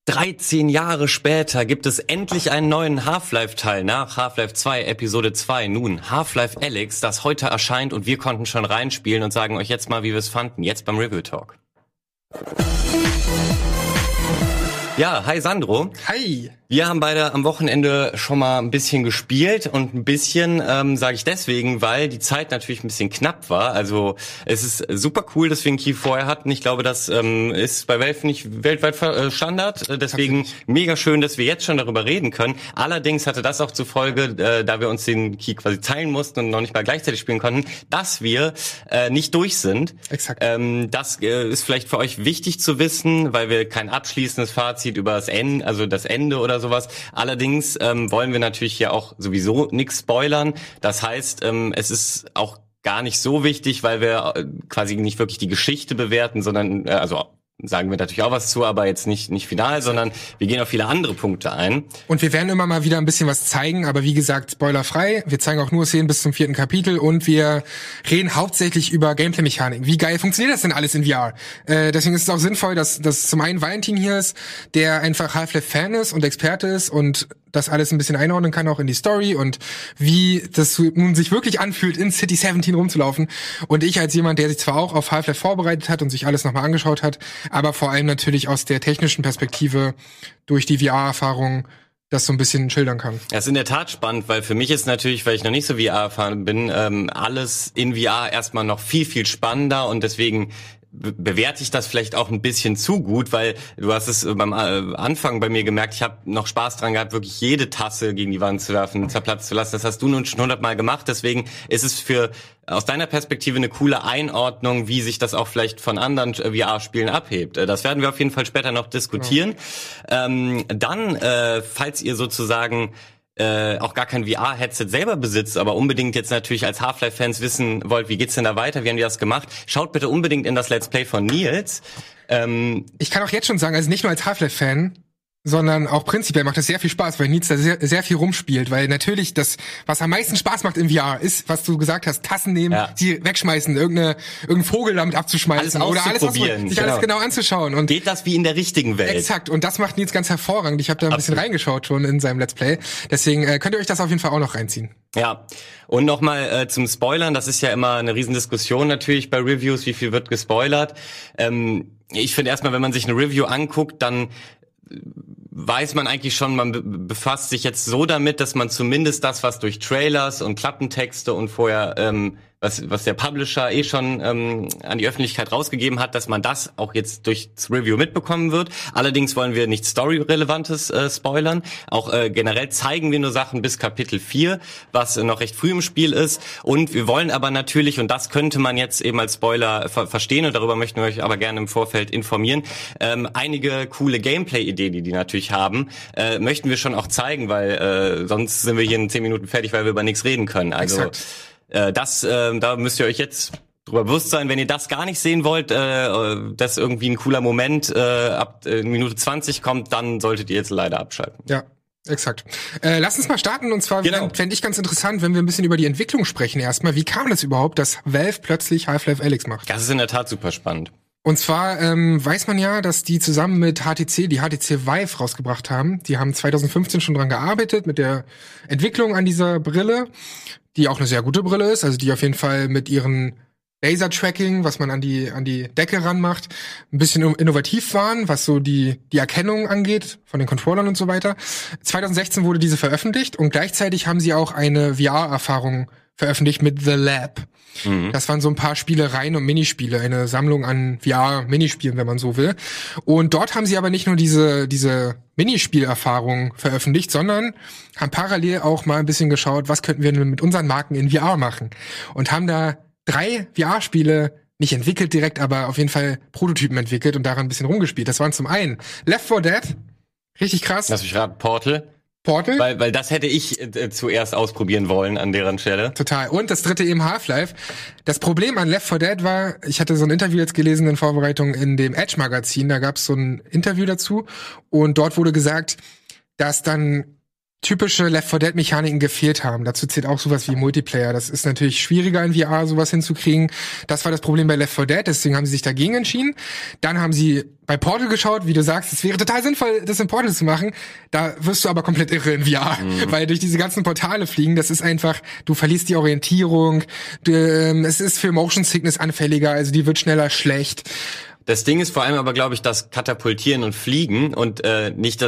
13 Jahre später gibt es endlich einen neuen Half-Life-Teil nach Half-Life 2 Episode 2. Nun, Half-Life Alyx, das heute erscheint und wir konnten schon reinspielen und sagen euch jetzt mal, wie wir es fanden. Jetzt beim Review-Talk. Ja, hi Sandro. Hi. Wir haben beide am Wochenende schon mal ein bisschen gespielt und ein bisschen sage ich deswegen, weil die Zeit natürlich ein bisschen knapp war. Also es ist super cool, dass wir einen Key vorher hatten. Ich glaube, das ist bei Valve nicht weltweit Standard. Deswegen mega schön, dass wir jetzt schon darüber reden können. Allerdings hatte das auch zur Folge, da wir uns den Key quasi teilen mussten und noch nicht mal gleichzeitig spielen konnten, dass wir nicht durch sind. Exakt. Das ist vielleicht für euch wichtig zu wissen, weil wir kein abschließendes Fazit über das Ende, also das Ende oder sowas. Allerdings wollen wir natürlich hier auch sowieso nichts spoilern. Das heißt, es ist auch gar nicht so wichtig, weil wir quasi nicht wirklich die Geschichte bewerten, sondern also sagen wir natürlich auch was zu, aber jetzt nicht final, sondern wir gehen auf viele andere Punkte ein. Und wir werden immer mal wieder ein bisschen was zeigen, aber wie gesagt, spoilerfrei. Wir zeigen auch nur Szenen bis zum 4. Kapitel und wir reden hauptsächlich über Gameplay-Mechaniken. Wie geil funktioniert das denn alles in VR? Deswegen ist es auch sinnvoll, dass zum einen Valentin hier ist, der einfach Half-Life-Fan ist und Experte ist und das alles ein bisschen einordnen kann, auch in die Story und wie das nun sich wirklich anfühlt, in City 17 rumzulaufen. Und ich als jemand, der sich zwar auch auf Half-Life vorbereitet hat und sich alles nochmal angeschaut hat, aber vor allem natürlich aus der technischen Perspektive durch die VR-Erfahrung das so ein bisschen schildern kann. Das ist in der Tat spannend, weil für mich ist natürlich, weil ich noch nicht so VR-erfahren bin, alles in VR erstmal noch viel, viel spannender und deswegen bewerte ich das vielleicht auch ein bisschen zu gut, weil du hast es beim Anfang bei mir gemerkt, ich habe noch Spaß dran gehabt, wirklich jede Tasse gegen die Wand zu werfen, zerplatzen zu lassen. Das hast du nun schon 100-mal gemacht, deswegen ist es aus deiner Perspektive eine coole Einordnung, wie sich das auch vielleicht von anderen VR-Spielen abhebt. Das werden wir auf jeden Fall später noch diskutieren. Ja. Dann, falls ihr sozusagen auch gar kein VR-Headset selber besitzt, aber unbedingt jetzt natürlich als Half-Life-Fans wissen wollt, wie geht's denn da weiter, wie haben die das gemacht, schaut bitte unbedingt in das Let's Play von Nils. Ich kann auch jetzt schon sagen, also nicht nur als Half-Life-Fan, sondern auch prinzipiell macht es sehr viel Spaß, weil Nils da sehr, sehr viel rumspielt, weil natürlich das, was am meisten Spaß macht im VR, ist, was du gesagt hast, Tassen nehmen, sie wegschmeißen, irgendeinen Vogel damit abzuschmeißen alles oder alles sich alles genau anzuschauen. Und geht das wie in der richtigen Welt? Exakt, und das macht Nils ganz hervorragend. Ich habe da ein bisschen reingeschaut schon in seinem Let's Play, deswegen könnt ihr euch das auf jeden Fall auch noch reinziehen. Ja, und nochmal zum Spoilern, das ist ja immer eine Riesendiskussion natürlich bei Reviews, wie viel wird gespoilert. Ich finde erstmal, wenn man sich eine Review anguckt, dann weiß man eigentlich schon, man befasst sich jetzt so damit, dass man zumindest das, was durch Trailers und Klappentexte und vorher was der Publisher schon an die Öffentlichkeit rausgegeben hat, dass man das auch jetzt durchs Review mitbekommen wird. Allerdings wollen wir nichts Story-Relevantes spoilern. Auch generell zeigen wir nur Sachen bis Kapitel 4, was noch recht früh im Spiel ist. Und wir wollen aber natürlich, und das könnte man jetzt eben als Spoiler verstehen, und darüber möchten wir euch aber gerne im Vorfeld informieren, einige coole Gameplay-Ideen, die natürlich haben, möchten wir schon auch zeigen, weil sonst sind wir hier in 10 Minuten fertig, weil wir über nichts reden können. Also Exakt. Da müsst ihr euch jetzt drüber bewusst sein, wenn ihr das gar nicht sehen wollt, dass irgendwie ein cooler Moment ab Minute 20 kommt, dann solltet ihr jetzt leider abschalten. Ja. Exakt. Lass uns mal starten, und zwar fände ich ganz interessant, wenn wir ein bisschen über die Entwicklung sprechen erstmal. Wie kam das überhaupt, dass Valve plötzlich Half-Life Alyx macht? Das ist in der Tat super spannend. Und zwar weiß man ja, dass die zusammen mit HTC die HTC Vive rausgebracht haben. Die haben 2015 schon dran gearbeitet mit der Entwicklung an dieser Brille, die auch eine sehr gute Brille ist, also die auf jeden Fall mit ihren Laser-Tracking, was man an die Decke ranmacht, ein bisschen innovativ waren, was so die Erkennung angeht von den Controllern und so weiter. 2016 wurde diese veröffentlicht und gleichzeitig haben sie auch eine VR-Erfahrung veröffentlicht mit The Lab. Mhm. Das waren so ein paar Spielereien und Minispiele, eine Sammlung an VR-Minispielen, wenn man so will. Und dort haben sie aber nicht nur diese Minispielerfahrung veröffentlicht, sondern haben parallel auch mal ein bisschen geschaut, was könnten wir denn mit unseren Marken in VR machen. Und haben da 3 VR-Spiele nicht entwickelt direkt, aber auf jeden Fall Prototypen entwickelt und daran ein bisschen rumgespielt. Das waren zum einen Left 4 Dead, richtig krass. Lass mich raten, Portal. Weil das hätte ich zuerst ausprobieren wollen an deren Stelle. Total. Und das dritte eben Half-Life. Das Problem an Left 4 Dead war, ich hatte so ein Interview jetzt gelesen in Vorbereitung in dem Edge-Magazin, da gab es so ein Interview dazu und dort wurde gesagt, dass dann typische Left 4 Dead Mechaniken gefehlt haben. Dazu zählt auch sowas wie Multiplayer. Das ist natürlich schwieriger in VR sowas hinzukriegen. Das war das Problem bei Left 4 Dead, deswegen haben sie sich dagegen entschieden. Dann haben sie bei Portal geschaut, wie du sagst, es wäre total sinnvoll, das in Portal zu machen. Da wirst du aber komplett irre in VR, weil durch diese ganzen Portale fliegen, das ist einfach, du verlierst die Orientierung, es ist für Motion Sickness anfälliger, also die wird schneller schlecht. Das Ding ist vor allem aber, glaube ich, das Katapultieren und Fliegen und nicht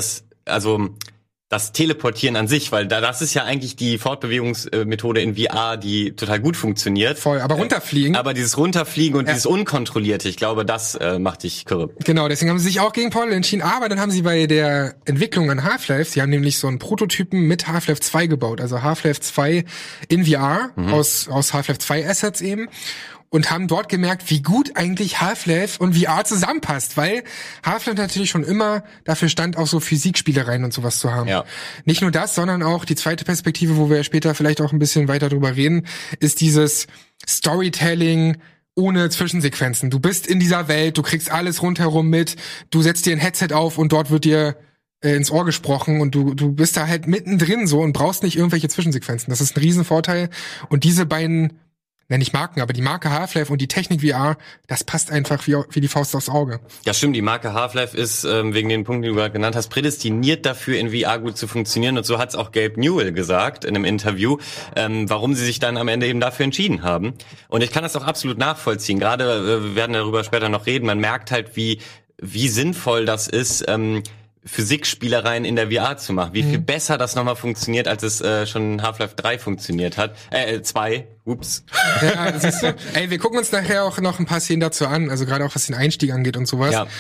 das Teleportieren an sich, weil das ist ja eigentlich die Fortbewegungsmethode in VR, die total gut funktioniert. Voll, aber runterfliegen. Aber dieses Runterfliegen und dieses Unkontrollierte, ich glaube, das macht dich kirre. Genau, deswegen haben sie sich auch gegen Portal entschieden, aber dann haben sie bei der Entwicklung an Half-Life, sie haben nämlich so einen Prototypen mit Half-Life 2 gebaut, also Half-Life 2 in VR, aus Half-Life 2 Assets eben. Und haben dort gemerkt, wie gut eigentlich Half-Life und VR zusammenpasst, weil Half-Life natürlich schon immer dafür stand, auch so Physikspielereien und sowas zu haben. Ja. Nicht nur das, sondern auch die zweite Perspektive, wo wir ja später vielleicht auch ein bisschen weiter drüber reden, ist dieses Storytelling ohne Zwischensequenzen. Du bist in dieser Welt, du kriegst alles rundherum mit, du setzt dir ein Headset auf und dort wird dir ins Ohr gesprochen und du bist da halt mittendrin so und brauchst nicht irgendwelche Zwischensequenzen. Das ist ein Riesenvorteil. Und diese beiden, nenne ich Marken, aber die Marke Half-Life und die Technik VR, das passt einfach wie die Faust aufs Auge. Ja, stimmt, die Marke Half-Life ist, wegen den Punkten, die du gerade genannt hast, prädestiniert dafür, in VR gut zu funktionieren. Und so hat es auch Gabe Newell gesagt in einem Interview, warum sie sich dann am Ende eben dafür entschieden haben. Und ich kann das auch absolut nachvollziehen. Gerade, wir werden darüber später noch reden, man merkt halt, wie sinnvoll das ist, Physikspielereien in der VR zu machen. Wie viel besser das nochmal funktioniert, als es schon Half-Life 3 funktioniert hat. 2, ups. Ja, siehst du? Ey, wir gucken uns nachher auch noch ein paar Szenen dazu an, also gerade auch was den Einstieg angeht und sowas. Ja.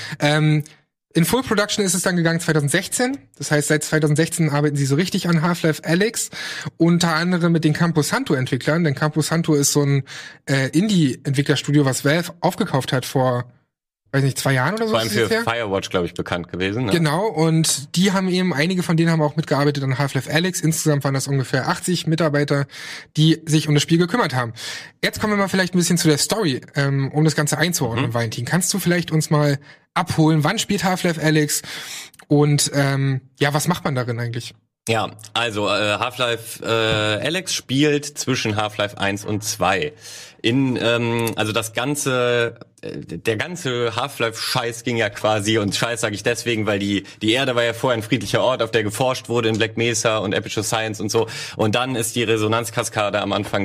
In Full Production ist es dann gegangen 2016. Das heißt, seit 2016 arbeiten sie so richtig an Half-Life Alyx. Unter anderem mit den Campo Santo-Entwicklern. Denn Campo Santo ist so ein Indie-Entwicklerstudio, was Valve aufgekauft hat vor, weiß nicht, 2 Jahren oder so. Vor allem für Firewatch, glaube ich, bekannt gewesen. Ne? Genau, und die haben eben, einige von denen haben auch mitgearbeitet an Half-Life Alyx. Insgesamt waren das ungefähr 80 Mitarbeiter, die sich um das Spiel gekümmert haben. Jetzt kommen wir mal vielleicht ein bisschen zu der Story, um das Ganze einzuordnen, Valentin. Kannst du vielleicht uns mal abholen, wann spielt Half-Life Alyx und was macht man darin eigentlich? Ja, also Half-Life Alyx spielt zwischen Half-Life 1 und 2. Also das ganze, der ganze Half-Life-Scheiß ging ja quasi, und Scheiß sage ich deswegen, weil die Erde war ja vorher ein friedlicher Ort, auf der geforscht wurde in Black Mesa und Aperture Science und so. Und dann ist die Resonanzkaskade am Anfang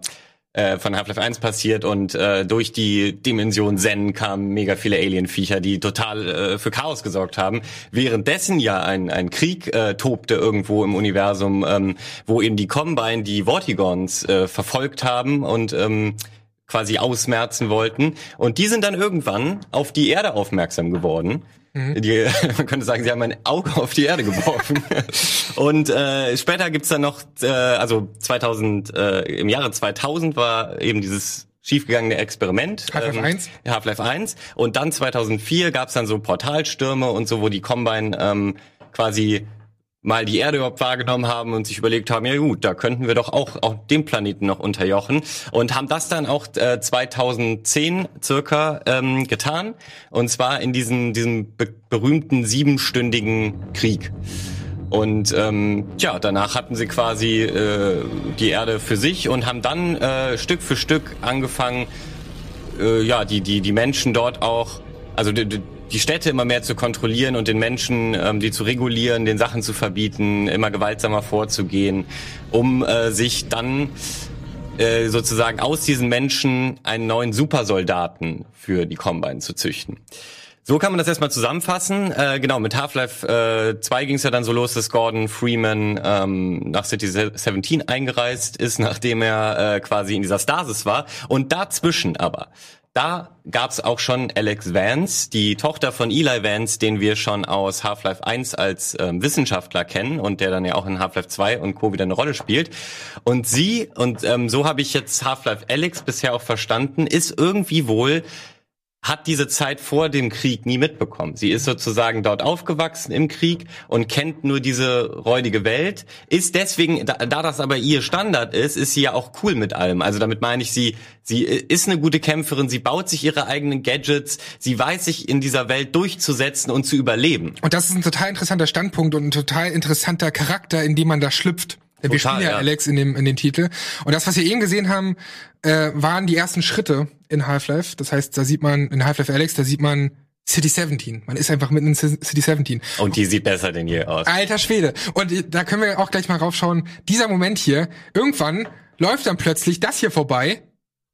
von Half-Life 1 passiert und durch die Dimension Zen kamen mega viele Alien-Viecher, die total für Chaos gesorgt haben. Währenddessen ja ein Krieg tobte irgendwo im Universum, wo eben die Combine die Vortigons verfolgt haben und quasi ausmerzen wollten. Und die sind dann irgendwann auf die Erde aufmerksam geworden. Man könnte sagen, sie haben ein Auge auf die Erde geworfen. Und später gibt's dann noch, im Jahre 2000 war eben dieses schiefgegangene Experiment. Half-Life 1. Half-Life 1. Und dann 2004 gab's dann so Portalstürme und so, wo die Combine quasi mal die Erde überhaupt wahrgenommen haben und sich überlegt haben, ja gut, da könnten wir doch auch den Planeten noch unterjochen, und haben das dann auch 2010 circa getan, und zwar in diesem berühmten 7-stündigen Krieg. Und danach hatten sie quasi die Erde für sich und haben dann Stück für Stück angefangen, die Menschen dort auch, also die Städte immer mehr zu kontrollieren und den Menschen, die zu regulieren, den Sachen zu verbieten, immer gewaltsamer vorzugehen, um sich dann sozusagen aus diesen Menschen einen neuen Supersoldaten für die Combine zu züchten. So kann man das erstmal zusammenfassen. Genau, mit Half-Life 2 ging es ja dann so los, dass Gordon Freeman nach City 17 eingereist ist, nachdem er quasi in dieser Stasis war. Und dazwischen aber, da gab's auch schon Alex Vance, die Tochter von Eli Vance, den wir schon aus Half-Life 1 als Wissenschaftler kennen und der dann ja auch in Half-Life 2 und Co. wieder eine Rolle spielt. Und sie, und so habe ich jetzt Half-Life Alyx bisher auch verstanden, ist irgendwie wohl hat diese Zeit vor dem Krieg nie mitbekommen. Sie ist sozusagen dort aufgewachsen im Krieg und kennt nur diese räudige Welt, ist deswegen, da das aber ihr Standard ist sie ja auch cool mit allem. Also damit meine ich, sie ist eine gute Kämpferin, sie baut sich ihre eigenen Gadgets, sie weiß sich in dieser Welt durchzusetzen und zu überleben. Und das ist ein total interessanter Standpunkt und ein total interessanter Charakter, in dem man da schlüpft. Wir spielen ja Alex in dem Titel. Und das, was wir eben gesehen haben, waren die ersten Schritte in Half-Life. Das heißt, da sieht man, in Half-Life Alex, da sieht man City 17. Man ist einfach mitten in City 17. Und die sieht besser denn je aus. Alter Schwede. Und da können wir auch gleich mal raufschauen. Dieser Moment hier, irgendwann läuft dann plötzlich das hier vorbei.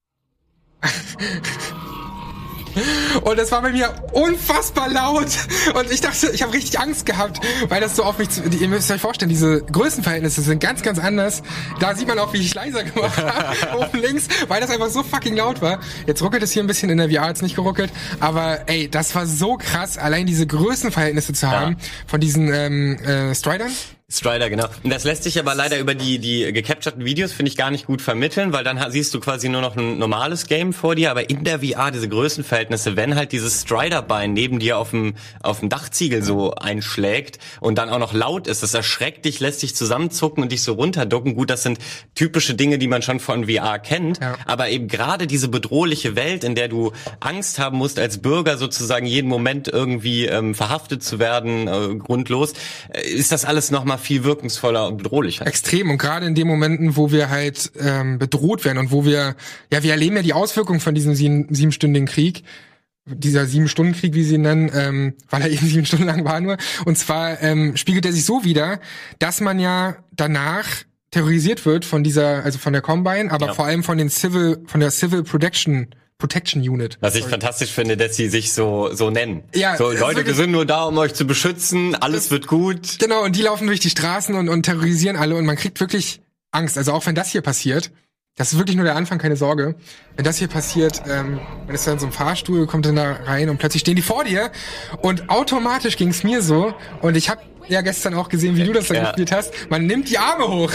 Und es war bei mir unfassbar laut. Und ich dachte, ich habe richtig Angst gehabt, weil das so auf mich... Ihr müsst euch vorstellen, diese Größenverhältnisse sind ganz, ganz anders. Da sieht man auch, wie ich leiser gemacht habe, oben links, weil das einfach so fucking laut war. Jetzt ruckelt es hier ein bisschen, in der VR hat's nicht geruckelt. Aber ey, das war so krass, allein diese Größenverhältnisse zu haben von diesen Stridern. Strider, genau. Und das lässt sich aber leider über die gecapturten Videos, finde ich, gar nicht gut vermitteln, weil dann siehst du quasi nur noch ein normales Game vor dir, aber in der VR diese Größenverhältnisse, wenn halt dieses Strider-Bein neben dir auf dem Dachziegel so einschlägt und dann auch noch laut ist, das erschreckt dich, lässt dich zusammenzucken und dich so runterducken. Gut, das sind typische Dinge, die man schon von VR kennt, aber eben gerade diese bedrohliche Welt, in der du Angst haben musst, als Bürger sozusagen jeden Moment irgendwie verhaftet zu werden, grundlos, ist das alles nochmal viel wirkungsvoller und bedrohlicher. Extrem. Und gerade in den Momenten, wo wir halt bedroht werden und wo wir erleben ja die Auswirkungen von diesem siebenstündigen Krieg, dieser 7-Stunden-Krieg, wie sie ihn nennen, weil er eben 7 Stunden lang war nur. Und zwar spiegelt er sich so wider, dass man ja danach terrorisiert wird von der Combine, aber vor allem von der Civil Protection Unit. Was ich fantastisch finde, dass sie sich so nennen. Ja, so, Leute, wir sind nur da, um euch zu beschützen, alles wird gut. Genau, und die laufen durch die Straßen und terrorisieren alle und man kriegt wirklich Angst. Also auch wenn das hier passiert, das ist wirklich nur der Anfang, keine Sorge. Wenn das hier passiert, man ist dann in so einem Fahrstuhl, kommt dann da rein und plötzlich stehen die vor dir und automatisch ging's mir so und ich habe ja gestern auch gesehen, wie du das da gespielt hast. Man nimmt die Arme hoch.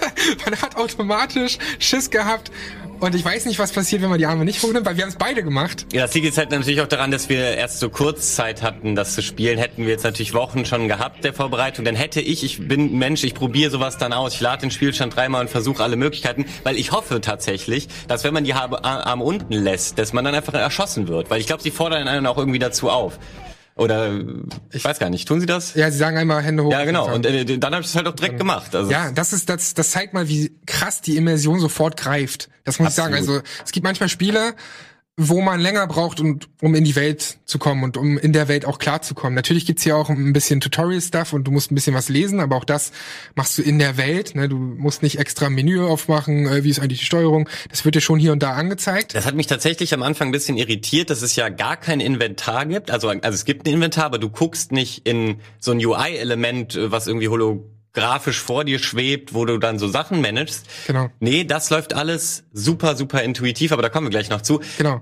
Man hat automatisch Schiss gehabt. Und ich weiß nicht, was passiert, wenn man die Arme nicht hochnimmt, weil wir haben es beide gemacht. Ja, das liegt jetzt halt natürlich auch daran, dass wir erst so kurz Zeit hatten, das zu spielen. Hätten wir jetzt natürlich Wochen schon gehabt, der Vorbereitung, dann hätte ich bin ein Mensch, ich probiere sowas dann aus. Ich lade den Spielstand 3-mal und versuche alle Möglichkeiten, weil ich hoffe tatsächlich, dass wenn man die Arme unten lässt, dass man dann einfach erschossen wird. Weil ich glaube, sie fordern einen auch irgendwie dazu auf. Oder ich weiß gar nicht, tun sie das? Ja, sie sagen einmal Hände hoch. Ja, genau. Und dann habe ich es halt auch direkt gemacht. Also ja, das zeigt mal, wie krass die Immersion sofort greift. Das muss ich sagen. Also es gibt manchmal Spiele, wo man länger braucht, um in die Welt zu kommen und um in der Welt auch klarzukommen. Natürlich gibt's hier auch ein bisschen Tutorial-Stuff und du musst ein bisschen was lesen, aber auch das machst du in der Welt. Ne? Du musst nicht extra ein Menü aufmachen, wie ist eigentlich die Steuerung. Das wird dir schon hier und da angezeigt. Das hat mich tatsächlich am Anfang ein bisschen irritiert, dass es ja gar kein Inventar gibt. Also es gibt ein Inventar, aber du guckst nicht in so ein UI-Element, was irgendwie grafisch vor dir schwebt, wo du dann so Sachen managst. Genau. Nee, das läuft alles super, super intuitiv, aber da kommen wir gleich noch zu. Genau.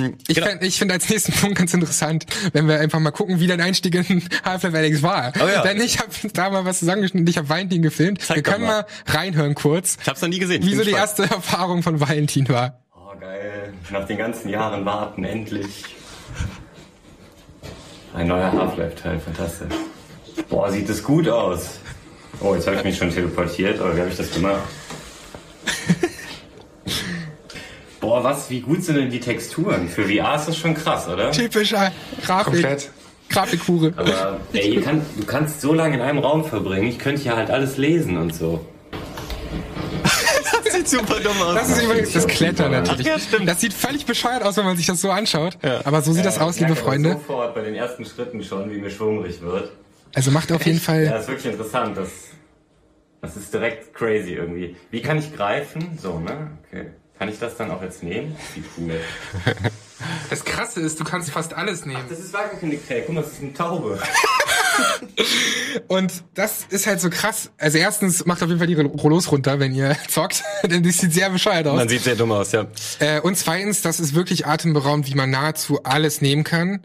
Ich finde als nächsten Punkt ganz interessant, wenn wir einfach mal gucken, wie dein Einstieg in Half-Life Alyx war. Oh ja. Denn ich habe da mal was zusammengeschnitten, ich habe Valentin gefilmt. Wir können mal reinhören kurz. Ich hab's noch nie gesehen. Wie so die erste Erfahrung von Valentin war. Oh, geil. Nach den ganzen Jahren warten, endlich. Ein neuer Half-Life-Teil, fantastisch. Boah, sieht das gut aus. Oh, jetzt habe ich mich schon teleportiert, aber wie habe ich das gemacht? Boah, wie gut sind denn die Texturen? Für VR ist das schon krass, oder? Typischer Grafik. Komplett. Grafikhure. Aber ey, du kannst so lange in einem Raum verbringen, ich könnte hier halt alles lesen und so. Das sieht super dumm aus. Das ist übrigens das Klettern natürlich. Ach, ja, stimmt. Das sieht völlig bescheuert aus, wenn man sich das so anschaut. Ja. Aber so sieht das aus, liebe Freunde. Ich sofort bei den ersten Schritten schon, wie mir schwummrig wird. Also macht auf jeden Fall... Ja, das ist wirklich interessant. Das ist direkt crazy irgendwie. Wie kann ich greifen? So, ne? Okay. Kann ich das dann auch jetzt nehmen? Sieht cool. Das Krasse ist, du kannst fast alles nehmen. Ach, das ist gar keine Krähe. Guck mal, das ist eine Taube. Und das ist halt so krass. Also erstens macht auf jeden Fall die Rollos runter, wenn ihr zockt. Denn die sieht sehr bescheuert aus. Man sieht sehr dumm aus, ja. Und zweitens, das ist wirklich atemberaubend, wie man nahezu alles nehmen kann.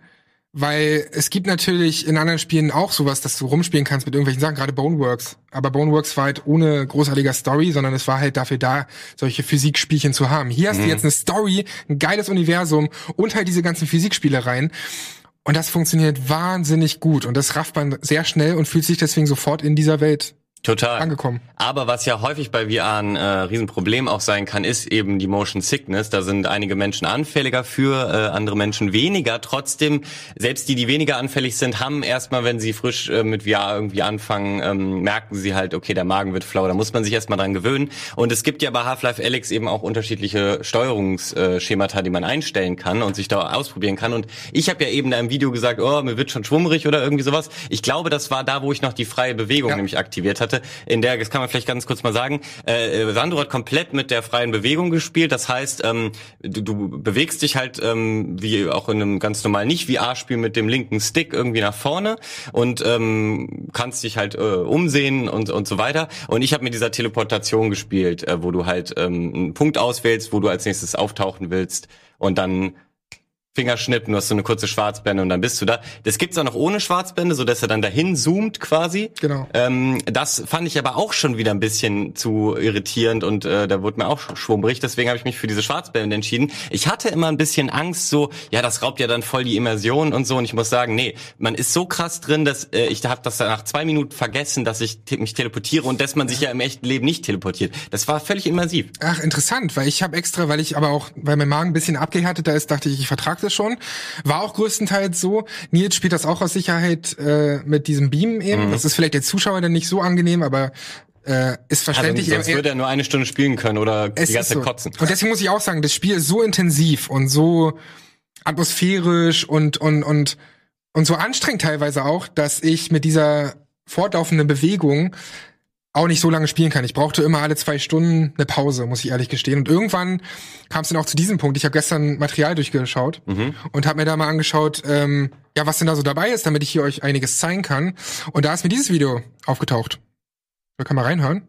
Weil es gibt natürlich in anderen Spielen auch sowas, dass du rumspielen kannst mit irgendwelchen Sachen, gerade Boneworks. Aber Boneworks war halt ohne großartiger Story, sondern es war halt dafür da, solche Physikspielchen zu haben. Hier hast du jetzt eine Story, ein geiles Universum und halt diese ganzen Physikspielereien. Und das funktioniert wahnsinnig gut. Und das rafft man sehr schnell und fühlt sich deswegen sofort in dieser Welt total angekommen. Aber was ja häufig bei VR ein Riesenproblem auch sein kann, ist eben die Motion Sickness. Da sind einige Menschen anfälliger für, andere Menschen weniger. Trotzdem, selbst die weniger anfällig sind, haben erstmal, wenn sie frisch mit VR irgendwie anfangen, merken sie halt, okay, der Magen wird flau. Da muss man sich erstmal dran gewöhnen. Und es gibt ja bei Half-Life Alyx eben auch unterschiedliche Steuerungsschemata, die man einstellen kann und sich da ausprobieren kann. Und ich habe ja eben da im Video gesagt, oh, mir wird schon schwummrig oder irgendwie sowas. Ich glaube, das war da, wo ich noch die freie Bewegung nämlich aktiviert hatte. In der, das kann man vielleicht ganz kurz mal sagen, Sandro hat komplett mit der freien Bewegung gespielt. Das heißt, du bewegst dich halt wie auch in einem ganz normalen Nicht-VR-Spiel mit dem linken Stick irgendwie nach vorne und kannst dich halt umsehen und so weiter. Und ich habe mit dieser Teleportation gespielt, wo du halt einen Punkt auswählst, wo du als nächstes auftauchen willst und dann Fingerschnippen, du hast so eine kurze Schwarzblende und dann bist du da. Das gibt's auch noch ohne Schwarzblende, so dass er dann dahin zoomt quasi. Genau. Das fand ich aber auch schon wieder ein bisschen zu irritierend und da wurde mir auch schwummrig. Deswegen habe ich mich für diese Schwarzblende entschieden. Ich hatte immer ein bisschen Angst, so, ja, das raubt ja dann voll die Immersion und so. Und ich muss sagen, nee, man ist so krass drin, dass ich habe das nach 2 Minuten vergessen, dass ich mich teleportiere und dass man sich ja im echten Leben nicht teleportiert. Das war völlig immersiv. Ach, interessant, weil ich habe extra, weil mein Magen ein bisschen abgehärteter ist, dachte ich vertrage das schon. War auch größtenteils so. Nils spielt das auch aus Sicherheit mit diesem Beam eben. Das ist vielleicht der Zuschauer dann nicht so angenehm, aber ist verständlich. Also, sonst würde er nur 1 Stunde spielen können oder die ganze Zeit kotzen. Und deswegen muss ich auch sagen, das Spiel ist so intensiv und so atmosphärisch und so anstrengend teilweise auch, dass ich mit dieser fortlaufenden Bewegung auch nicht so lange spielen kann. Ich brauchte immer alle 2 Stunden eine Pause, muss ich ehrlich gestehen. Und irgendwann kam es dann auch zu diesem Punkt. Ich habe gestern Material durchgeschaut und habe mir da mal angeschaut, was denn da so dabei ist, damit ich hier euch einiges zeigen kann. Und da ist mir dieses Video aufgetaucht. Da kann man reinhören.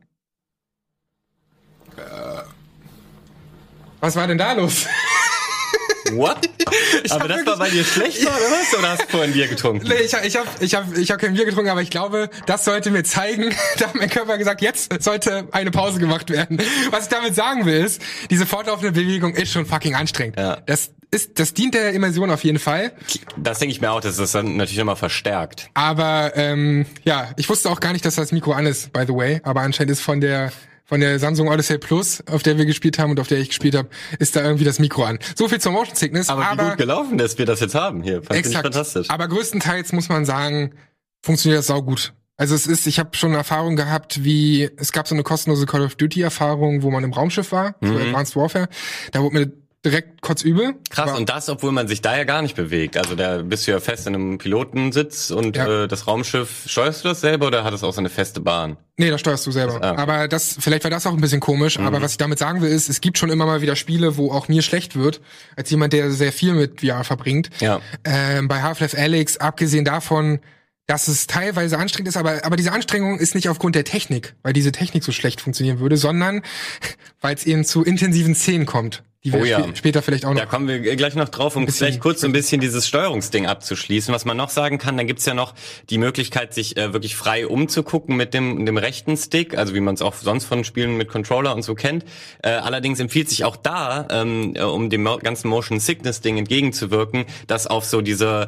Was war denn da los? What? Aber das war, weil dir schlecht war, oder was? Oder hast du vorhin Bier getrunken? Nee, ich hab kein Bier getrunken, aber ich glaube, das sollte mir zeigen, da hat mein Körper gesagt, jetzt sollte eine Pause gemacht werden. Was ich damit sagen will, ist, diese fortlaufende Bewegung ist schon fucking anstrengend. Ja. Das dient der Immersion auf jeden Fall. Das denke ich mir auch, dass das dann natürlich nochmal verstärkt. Aber, ich wusste auch gar nicht, dass das Mikro an ist, by the way. Aber anscheinend ist von der Samsung Odyssey Plus, auf der wir gespielt haben und auf der ich gespielt habe, ist da irgendwie das Mikro an. So viel zur Motion Sickness. Aber wie gut gelaufen, dass wir das jetzt haben hier. Fand ich fantastisch. Aber größtenteils muss man sagen, funktioniert das saugut. Also ich habe schon Erfahrung gehabt, es gab so eine kostenlose Call of Duty Erfahrung, wo man im Raumschiff war, so Advanced Warfare. Da wurde mir direkt kotzübel. Krass, und das, obwohl man sich da ja gar nicht bewegt. Also da bist du ja fest in einem Pilotensitz und das Raumschiff, steuerst du das selber oder hat es auch so eine feste Bahn? Nee, das steuerst du selber. Okay. Aber vielleicht war das auch ein bisschen komisch, aber was ich damit sagen will ist, es gibt schon immer mal wieder Spiele, wo auch mir schlecht wird, als jemand, der sehr viel mit VR verbringt. Ja. Bei Half-Life Alyx, abgesehen davon, dass es teilweise anstrengend ist, aber diese Anstrengung ist nicht aufgrund der Technik, weil diese Technik so schlecht funktionieren würde, sondern weil es eben zu intensiven Szenen kommt. Die wir später vielleicht auch noch. Da kommen wir gleich noch drauf, um vielleicht kurz so ein bisschen dieses Steuerungsding abzuschließen. Was man noch sagen kann, dann gibt's ja noch die Möglichkeit, sich wirklich frei umzugucken mit dem rechten Stick, also wie man es auch sonst von Spielen mit Controller und so kennt. Allerdings empfiehlt sich auch da, um dem ganzen Motion Sickness Ding entgegenzuwirken, dass auf so diese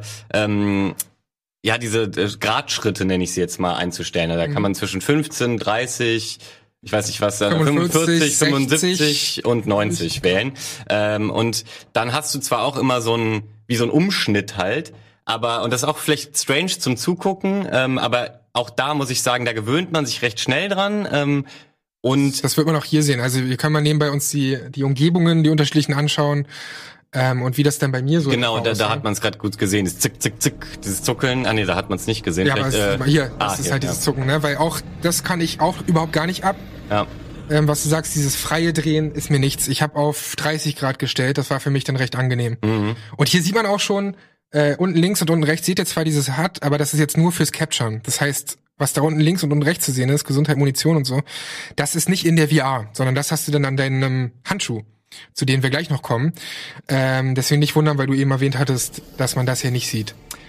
diese Gradschritte, nenne ich sie jetzt mal, einzustellen. Da kann man zwischen 15, 30, ich weiß nicht was, 45, 75 und 90 wählen. Und dann hast du zwar auch immer so ein Umschnitt halt, und das ist auch vielleicht strange zum Zugucken, aber auch da muss ich sagen, da gewöhnt man sich recht schnell dran. Und das wird man auch hier sehen. Also wir können mal nebenbei uns die Umgebungen, die unterschiedlichen anschauen. Und wie das dann bei mir so genau, da hat man es gerade gut gesehen, das Zick, Zick, Zick, dieses Zuckeln. Nee, da hat man es nicht gesehen. Ja, aber das ist halt dieses Zucken, ne? Weil auch, das kann ich auch überhaupt gar nicht ab. Ja. Was du sagst, dieses freie Drehen ist mir nichts. Ich habe auf 30 Grad gestellt, das war für mich dann recht angenehm. Und hier sieht man auch schon, unten links und unten rechts seht ihr zwar dieses HUD, aber das ist jetzt nur fürs Capturen. Das heißt, was da unten links und unten rechts zu sehen ist, Gesundheit, Munition und so, das ist nicht in der VR, sondern das hast du dann an deinem Handschuh, zu denen wir gleich noch kommen. Deswegen nicht wundern, weil du eben erwähnt hattest, dass man das hier nicht sieht.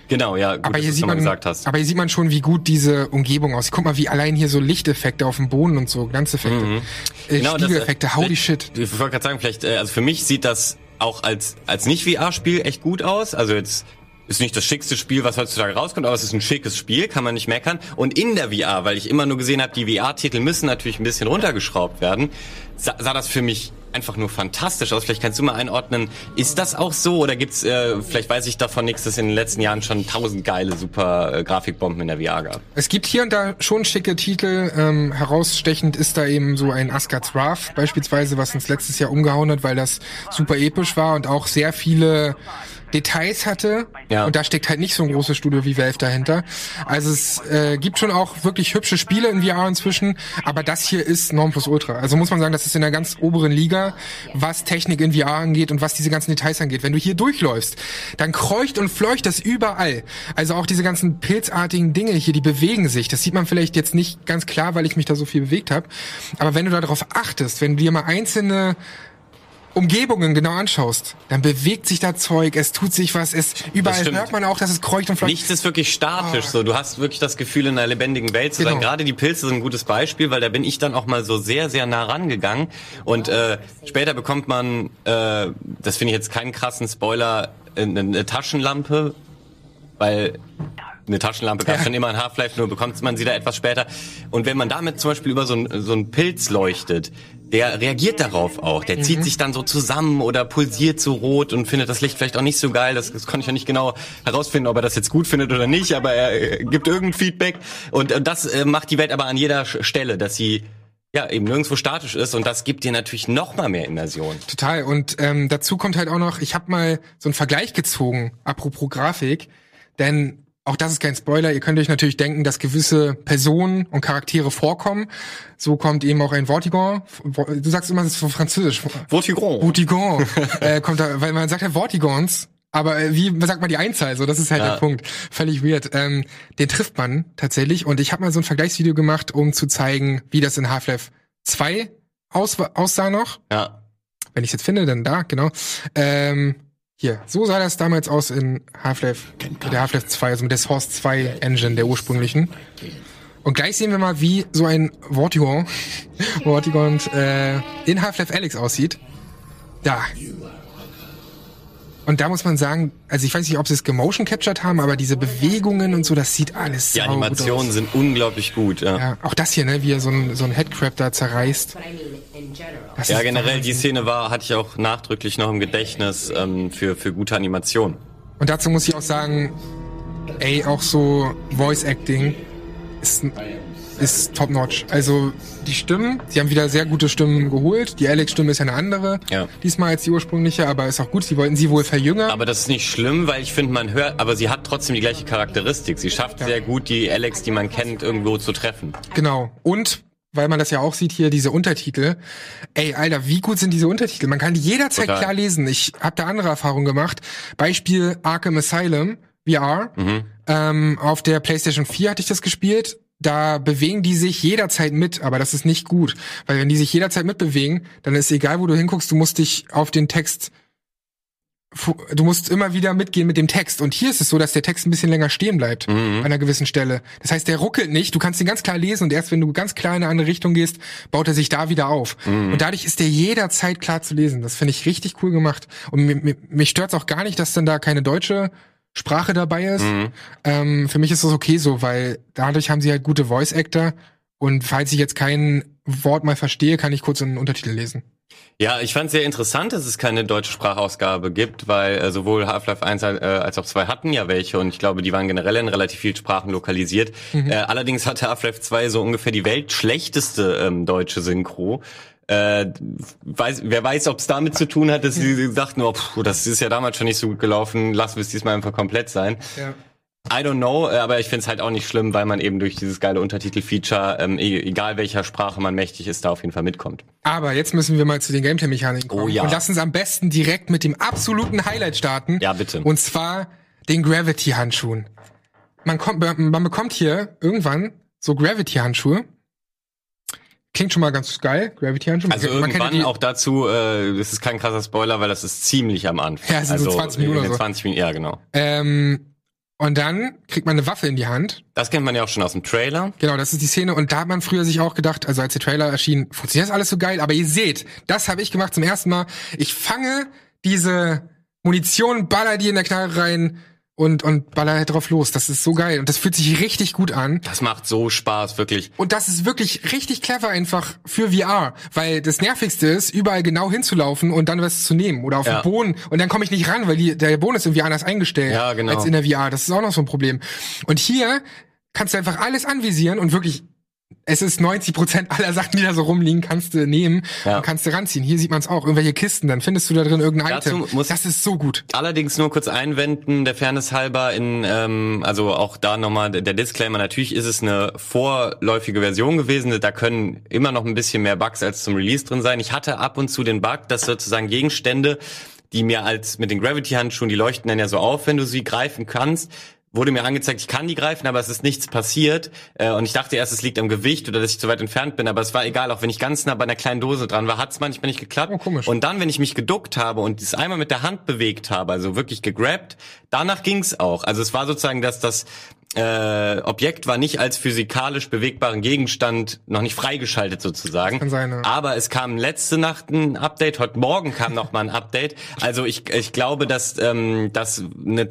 Genau, ja, gut, aber dass du es gesagt hast. Aber hier sieht man schon, wie gut diese Umgebung aussieht. Guck mal, wie allein hier so Lichteffekte auf dem Boden und so, Glanzeffekte. Genau, Spiegeleffekte, holy shit. Ich wollte gerade sagen, vielleicht, also für mich sieht das auch als Nicht-VR-Spiel echt gut aus. Also jetzt ist nicht das schickste Spiel, was heutzutage rauskommt, aber es ist ein schickes Spiel, kann man nicht meckern. Und in der VR, weil ich immer nur gesehen habe, die VR-Titel müssen natürlich ein bisschen runtergeschraubt werden, sah das für mich einfach nur fantastisch aus. Vielleicht kannst du mal einordnen, ist das auch so oder gibt's, vielleicht weiß ich davon nichts, dass es in den letzten Jahren schon 1000 geile, super Grafikbomben in der VR gab? Es gibt hier und da schon schicke Titel. Herausstechend ist da eben so ein Asgard's Wrath beispielsweise, was uns letztes Jahr umgehauen hat, weil das super episch war und auch sehr viele Details hatte. Ja. Und da steckt halt nicht so ein großes Studio wie Valve dahinter. Also es gibt schon auch wirklich hübsche Spiele in VR inzwischen, aber das hier ist Nonplusultra. Also muss man sagen, das ist in der ganz oberen Liga, was Technik in VR angeht und was diese ganzen Details angeht. Wenn du hier durchläufst, dann kreucht und fleucht das überall. Also auch diese ganzen pilzartigen Dinge hier, die bewegen sich. Das sieht man vielleicht jetzt nicht ganz klar, weil ich mich da so viel bewegt habe. Aber wenn du darauf achtest, wenn du dir mal einzelne Umgebungen genau anschaust, dann bewegt sich da Zeug, es tut sich was, überall hört man auch, dass es kreucht und fleucht. Nichts ist wirklich statisch, so. Du hast wirklich das Gefühl, in einer lebendigen Welt zu sein. Gerade die Pilze sind ein gutes Beispiel, weil da bin ich dann auch mal so sehr, sehr nah rangegangen. Und später bekommt man, das finde ich jetzt keinen krassen Spoiler, eine Taschenlampe, weil eine Taschenlampe gab es schon immer in Half-Life, nur bekommt man sie da etwas später. Und wenn man damit zum Beispiel über so einen Pilz leuchtet, der reagiert darauf auch. Der zieht sich dann so zusammen oder pulsiert so rot und findet das Licht vielleicht auch nicht so geil. Das konnte ich ja nicht genau herausfinden, ob er das jetzt gut findet oder nicht, aber er gibt irgendein Feedback. Und das macht die Welt aber an jeder Stelle, dass sie ja eben nirgendwo statisch ist und das gibt dir natürlich noch mal mehr Immersion. Total. Und dazu kommt halt auch noch, ich habe mal so einen Vergleich gezogen, apropos Grafik, denn auch das ist kein Spoiler. Ihr könnt euch natürlich denken, dass gewisse Personen und Charaktere vorkommen. So kommt eben auch ein Vortigon. Du sagst immer, das ist französisch. Vortigon. Vortigon. Kommt da, weil man sagt ja Vortigons. Aber wie sagt man die Einzahl? So, das ist halt der Punkt. Völlig weird. Den trifft man tatsächlich. Und ich habe mal so ein Vergleichsvideo gemacht, um zu zeigen, wie das in Half-Life 2 aussah noch. Ja. Wenn ich es jetzt finde, dann da, genau. Hier, so sah das damals aus in Half-Life, der Half-Life 2, also mit der Source 2 Engine, der ursprünglichen. Und gleich sehen wir mal, wie so ein Vortigon in Half-Life Alyx aussieht. Da. Und da muss man sagen, also ich weiß nicht, ob sie es gemotion captured haben, aber diese Bewegungen und so, das sieht alles die Animationen sind unglaublich gut, ja. Ja, auch das hier, ne, wie er so ein Headcrab da zerreißt. Ja, generell die Szene hatte ich auch nachdrücklich noch im Gedächtnis für gute Animation. Und dazu muss ich auch sagen, auch so Voice Acting ist top-notch. Also die Stimmen, sie haben wieder sehr gute Stimmen geholt. Die Alyx-Stimme ist ja eine andere, diesmal als die ursprüngliche, aber ist auch gut, sie wollten sie wohl verjüngern. Aber das ist nicht schlimm, weil ich finde, man hört, aber sie hat trotzdem die gleiche Charakteristik. Sie schafft sehr gut, die Alyx, die man kennt, irgendwo zu treffen. Genau. Und weil man das ja auch sieht hier, diese Untertitel. Alter, wie gut sind diese Untertitel? Man kann die jederzeit klar lesen. Ich habe da andere Erfahrungen gemacht. Beispiel Arkham Asylum, VR. Auf der PlayStation 4 hatte ich das gespielt. Da bewegen die sich jederzeit mit, aber das ist nicht gut. Weil wenn die sich jederzeit mitbewegen, dann ist egal, wo du hinguckst, du musst dich auf den Text, du musst immer wieder mitgehen mit dem Text. Und hier ist es so, dass der Text ein bisschen länger stehen bleibt, an einer gewissen Stelle. Das heißt, der ruckelt nicht, du kannst ihn ganz klar lesen und erst wenn du ganz klar in eine andere Richtung gehst, baut er sich da wieder auf. Und dadurch ist der jederzeit klar zu lesen. Das finde ich richtig cool gemacht. Und mich stört's auch gar nicht, dass dann da keine deutsche Sprache dabei ist. Für mich ist das okay so, weil dadurch haben sie halt gute Voice-Actor und falls ich jetzt kein Wort mal verstehe, kann ich kurz einen Untertitel lesen. Ja, ich fand es sehr interessant, dass es keine deutsche Sprachausgabe gibt, weil sowohl Half-Life 1 als auch 2 hatten ja welche und ich glaube, die waren generell in relativ vielen Sprachen lokalisiert. Allerdings hatte Half-Life 2 so ungefähr die weltschlechteste deutsche Synchro. Wer weiß, ob es damit zu tun hat, dass sie dachten, das ist ja damals schon nicht so gut gelaufen, lassen wir es diesmal einfach komplett sein. Ja. I don't know, aber ich finde es halt auch nicht schlimm, weil man eben durch dieses geile Untertitel-Feature, egal welcher Sprache man mächtig ist, da auf jeden Fall mitkommt. Aber jetzt müssen wir mal zu den Gameplay-Mechaniken kommen. Oh ja. Und lass uns am besten direkt mit dem absoluten Highlight starten. Ja, bitte. Und zwar den Gravity-Handschuhen. Man bekommt hier irgendwann so Gravity-Handschuhe. Klingt schon mal ganz geil, Gravity-Handschuhe. Also irgendwann auch dazu, das ist kein krasser Spoiler, weil das ist ziemlich am Anfang. Ja, es sind so 20 Minuten oder so. 20 Minuten, ja, genau. Und dann kriegt man eine Waffe in die Hand. Das kennt man ja auch schon aus dem Trailer. Genau, das ist die Szene. Und da hat man früher sich auch gedacht, also als der Trailer erschien, funktioniert das alles so geil? Aber ihr seht, das habe ich gemacht zum ersten Mal. Ich fange diese Munition, baller die in der Knarre rein und baller halt drauf los. Das ist so geil. Und das fühlt sich richtig gut an. Das macht so Spaß, wirklich. Und das ist wirklich richtig clever einfach für VR. Weil das Nervigste ist, überall genau hinzulaufen und dann was zu nehmen. Oder auf den Boden. Und dann komme ich nicht ran, weil der Boden ist irgendwie anders eingestellt als in der VR. Das ist auch noch so ein Problem. Und hier kannst du einfach alles anvisieren und wirklich, es ist 90% aller Sachen, die da so rumliegen, kannst du nehmen und kannst du ranziehen. Hier sieht man es auch, irgendwelche Kisten, dann findest du da drin irgendein Item. Das ist so gut. Allerdings nur kurz einwenden, der Fairness halber, also auch da nochmal der Disclaimer, natürlich ist es eine vorläufige Version gewesen, da können immer noch ein bisschen mehr Bugs als zum Release drin sein. Ich hatte ab und zu den Bug, dass sozusagen Gegenstände, die mir als mit den Gravity-Handschuhen, die leuchten dann ja so auf, wenn du sie greifen kannst, wurde mir angezeigt, ich kann die greifen, aber es ist nichts passiert. Und ich dachte erst, es liegt am Gewicht oder dass ich zu weit entfernt bin, aber es war egal. Auch wenn ich ganz nah bei einer kleinen Dose dran war, hat es manchmal nicht geklappt. Oh, komisch. Und dann, wenn ich mich geduckt habe und das einmal mit der Hand bewegt habe, also wirklich gegrabt, danach ging's auch. Also es war sozusagen, dass das Objekt war nicht als physikalisch bewegbaren Gegenstand noch nicht freigeschaltet sozusagen. Kann sein, ja. Aber es kam letzte Nacht ein Update, heute Morgen kam noch mal ein Update. Also ich glaube, dass das eine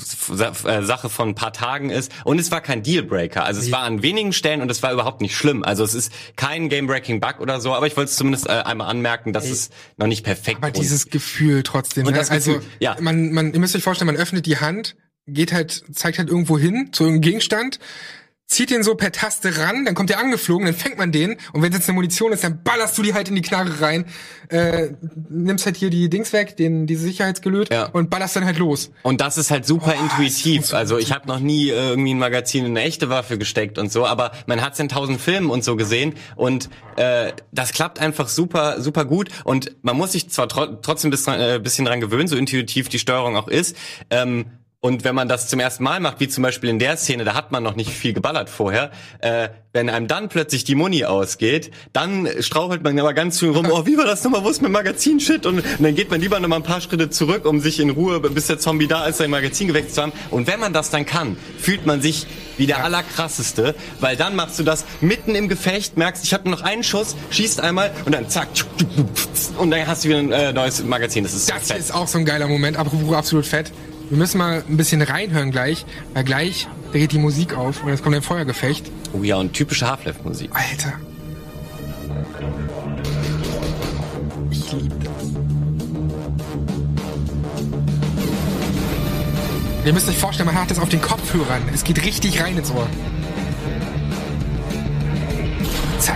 Sache von ein paar Tagen ist. Und es war kein Dealbreaker. Also es war an wenigen Stellen und es war überhaupt nicht schlimm. Also es ist kein Game-Breaking-Bug oder so, aber ich wollte es zumindest einmal anmerken, dass es noch nicht perfekt ist. Aber dieses Gefühl trotzdem. Und das Gefühl, ihr müsst euch vorstellen, man öffnet die Hand, zeigt halt irgendwo hin, zu irgendeinem Gegenstand, zieht den so per Taste ran, dann kommt der angeflogen, dann fängt man den und wenn es jetzt eine Munition ist, dann ballerst du die halt in die Knarre rein, nimmst halt hier die Dings weg, diese Sicherheitsgelöt und ballerst dann halt los. Und das ist halt super intuitiv. Also ich habe noch nie irgendwie ein Magazin in eine echte Waffe gesteckt und so, aber man hat's in 1000 Filmen und so gesehen und das klappt einfach super, super gut und man muss sich zwar trotzdem ein bisschen dran gewöhnen, so intuitiv die Steuerung auch ist, und wenn man das zum ersten Mal macht, wie zum Beispiel in der Szene, da hat man noch nicht viel geballert vorher, wenn einem dann plötzlich die Muni ausgeht, dann strauchelt man aber ganz viel rum, oh, wie war das nochmal, wo ist mein Magazin-Shit? Und dann geht man lieber nochmal ein paar Schritte zurück, um sich in Ruhe, bis der Zombie da ist, sein Magazin gewechselt zu haben. Und wenn man das dann kann, fühlt man sich wie der Allerkrasseste, weil dann machst du das mitten im Gefecht, merkst, ich habe nur noch einen Schuss, schießt einmal und dann zack, und dann hast du wieder ein neues Magazin. Das ist auch so ein geiler Moment, apropos absolut fett. Wir müssen mal ein bisschen reinhören gleich, weil gleich dreht die Musik auf und jetzt kommt ein Feuergefecht. Oh ja, und typische Half-Life-Musik. Alter. Ich liebe das. Ihr müsst euch vorstellen, man hat das auf den Kopfhörern. Es geht richtig rein ins Ohr. Zack.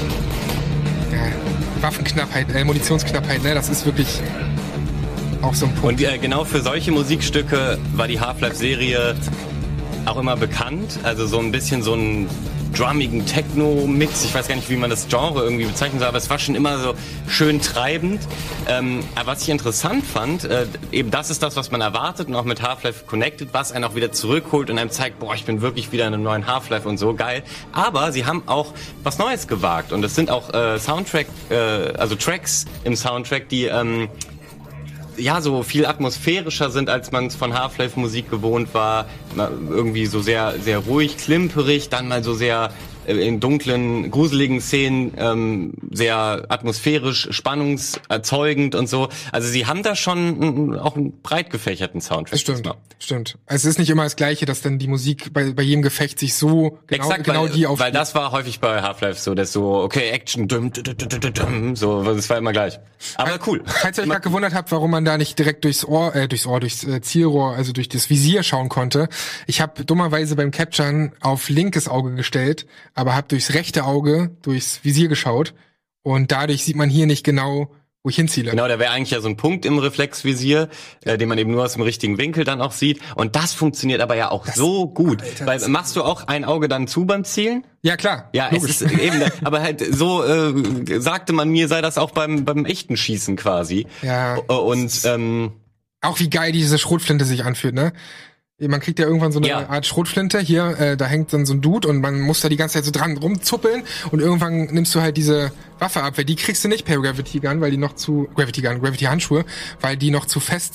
Ja, Waffenknappheit, Munitionsknappheit, ne? Das ist wirklich auch so ein Punkt. Und genau für solche Musikstücke war die Half-Life-Serie auch immer bekannt. Also so ein bisschen so ein drummigen Techno-Mix. Ich weiß gar nicht, wie man das Genre irgendwie bezeichnen soll, aber es war schon immer so schön treibend. Aber was ich interessant fand, eben das ist das, was man erwartet und auch mit Half-Life Connected, was einen auch wieder zurückholt und einem zeigt, boah, ich bin wirklich wieder in einem neuen Half-Life und so, geil. Aber sie haben auch was Neues gewagt und es sind auch Tracks im Soundtrack, die so viel atmosphärischer sind, als man es von Half-Life-Musik gewohnt war. Irgendwie so sehr, sehr ruhig, klimperig, dann mal so sehr in dunklen, gruseligen Szenen sehr atmosphärisch, spannungserzeugend und so. Also sie haben da schon auch einen breit gefächerten Soundtrack. Stimmt. Also es ist nicht immer das Gleiche, dass dann die Musik bei jedem Gefecht sich so die aufspielt. Weil das war häufig bei Half-Life so, dass so, okay, Action, so, das war immer gleich. Aber cool. Falls ihr euch gerade gewundert habt, warum man da nicht direkt durchs Zielrohr, also durch das Visier schauen konnte. Ich habe dummerweise beim Capturen auf linkes Auge gestellt, aber habe durchs rechte Auge, durchs Visier geschaut und dadurch sieht man hier nicht genau, wo ich hinziele. Genau, da wäre eigentlich ja so ein Punkt im Reflexvisier, den man eben nur aus dem richtigen Winkel dann auch sieht. Und das funktioniert aber ja auch so gut. Alter, weil machst du auch ein Auge dann zu beim Zielen? Ja, klar. Ja, logisch. Es ist eben, aber halt so sagte man mir, sei das auch beim echten Schießen quasi. Ja. Und auch wie geil diese Schrotflinte sich anfühlt, ne? Man kriegt ja irgendwann so eine Art Schrotflinte. Hier, da hängt dann so ein Dude und man muss da die ganze Zeit so dran rumzuppeln und irgendwann nimmst du halt diese Waffe ab, weil die kriegst du nicht per Gravity Handschuhe, weil die noch zu fest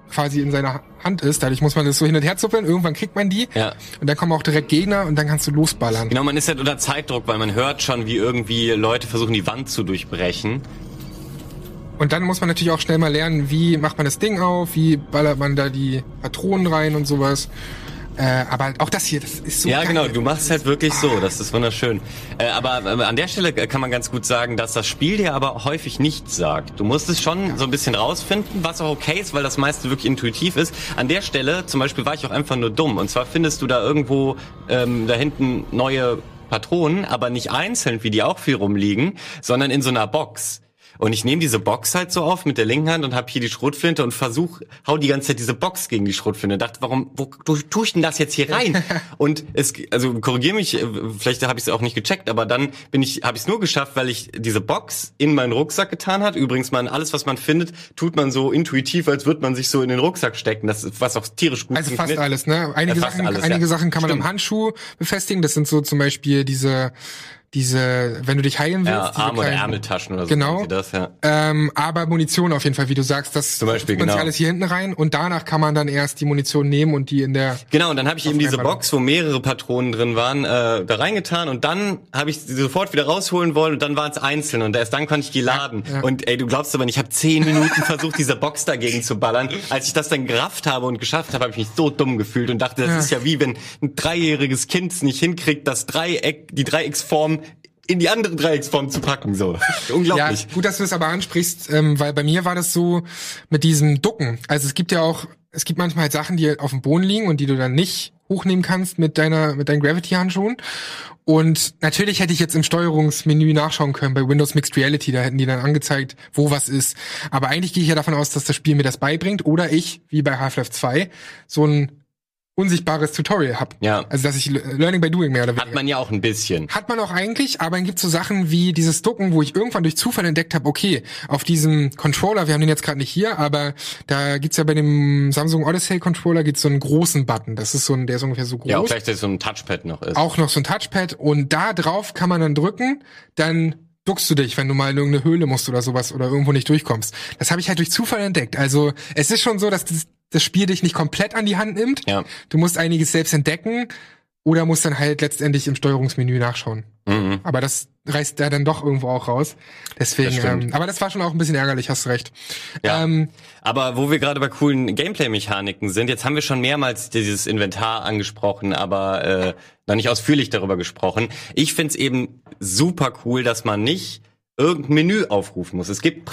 quasi in seiner Hand ist. Dadurch muss man das so hin und her zuppeln. Irgendwann kriegt man die. Ja. Und dann kommen auch direkt Gegner und dann kannst du losballern. Genau, man ist halt unter Zeitdruck, weil man hört schon, wie irgendwie Leute versuchen, die Wand zu durchbrechen. Und dann muss man natürlich auch schnell mal lernen, wie macht man das Ding auf, wie ballert man da die Patronen rein und sowas. Aber auch das hier, das ist so Ja, geil. genau, du machst halt wirklich so, das ist wunderschön. Aber an der Stelle kann man ganz gut sagen, dass das Spiel dir aber häufig nichts sagt. Du musst es schon so ein bisschen rausfinden, was auch okay ist, weil das meiste wirklich intuitiv ist. An der Stelle, zum Beispiel, war ich auch einfach nur dumm. Und zwar findest du da irgendwo da hinten neue Patronen, aber nicht einzeln, wie die auch viel rumliegen, sondern in so einer Box. Und ich nehme diese Box halt so auf mit der linken Hand und habe hier die Schrotflinte und hau die ganze Zeit diese Box gegen die Schrotflinte und dachte, wo tue ich denn das jetzt hier rein? Und korrigiere mich, vielleicht habe ich es auch nicht gecheckt, aber dann habe ich es nur geschafft, weil ich diese Box in meinen Rucksack getan hat. Übrigens, alles, was man findet, tut man so intuitiv, als würde man sich so in den Rucksack stecken. Das ist, was auch tierisch gut funktioniert. Also fast alles, ne? Einige Sachen kann man am Handschuh befestigen. Das sind so zum Beispiel diese, wenn du dich heilen willst. Ja, Arm- oder Ärmeltaschen oder so. Genau. Das, ja. Aber Munition auf jeden Fall, wie du sagst, das zum Beispiel, tut man sich alles hier hinten rein und danach kann man dann erst die Munition nehmen und die in der... Genau, und dann habe ich eben diese Box, wo mehrere Patronen drin waren, da reingetan und dann habe ich sie sofort wieder rausholen wollen und dann waren es einzeln und erst dann konnte ich die laden. Ja. Und du glaubst aber nicht, ich habe 10 Minuten versucht, diese Box dagegen zu ballern. Als ich das dann gerafft habe und geschafft habe, habe ich mich so dumm gefühlt und dachte, das ist ja wie wenn ein 3-jähriges Kind es nicht hinkriegt, die Dreiecksform in die andere Dreiecksform zu packen, so. Unglaublich. Ja, gut, dass du es aber ansprichst, weil bei mir war das so mit diesem Ducken. Also es gibt manchmal halt Sachen, die auf dem Boden liegen und die du dann nicht hochnehmen kannst mit deinen Gravity-Handschuhen. Und natürlich hätte ich jetzt im Steuerungsmenü nachschauen können bei Windows Mixed Reality, da hätten die dann angezeigt, wo was ist. Aber eigentlich gehe ich ja davon aus, dass das Spiel mir das beibringt oder ich, wie bei Half-Life 2, so ein unsichtbares Tutorial hab. Ja. Also dass ich Learning by Doing mehr oder weniger. Hat man ja auch ein bisschen. Hat man auch eigentlich, aber dann gibt's so Sachen wie dieses Ducken, wo ich irgendwann durch Zufall entdeckt habe, okay, auf diesem Controller, wir haben den jetzt gerade nicht hier, aber da gibt's ja bei dem Samsung Odyssey Controller gibt's so einen großen Button. Das ist der ist ungefähr so groß. Ja, auch gleichzeitig so ein Touchpad noch ist. Auch noch so ein Touchpad und da drauf kann man dann drücken, dann duckst du dich, wenn du mal in irgendeine Höhle musst oder sowas oder irgendwo nicht durchkommst. Das habe ich halt durch Zufall entdeckt. Also es ist schon so, dass das Spiel dich nicht komplett an die Hand nimmt. Ja. Du musst einiges selbst entdecken oder musst dann halt letztendlich im Steuerungsmenü nachschauen. Mhm. Aber das reißt da dann doch irgendwo auch raus. Deswegen, aber das war schon auch ein bisschen ärgerlich, hast du recht. Ja. Aber wo wir gerade bei coolen Gameplay-Mechaniken sind, jetzt haben wir schon mehrmals dieses Inventar angesprochen, aber noch nicht ausführlich darüber gesprochen. Ich find's eben super cool, dass man nicht irgendein Menü aufrufen muss. Es gibt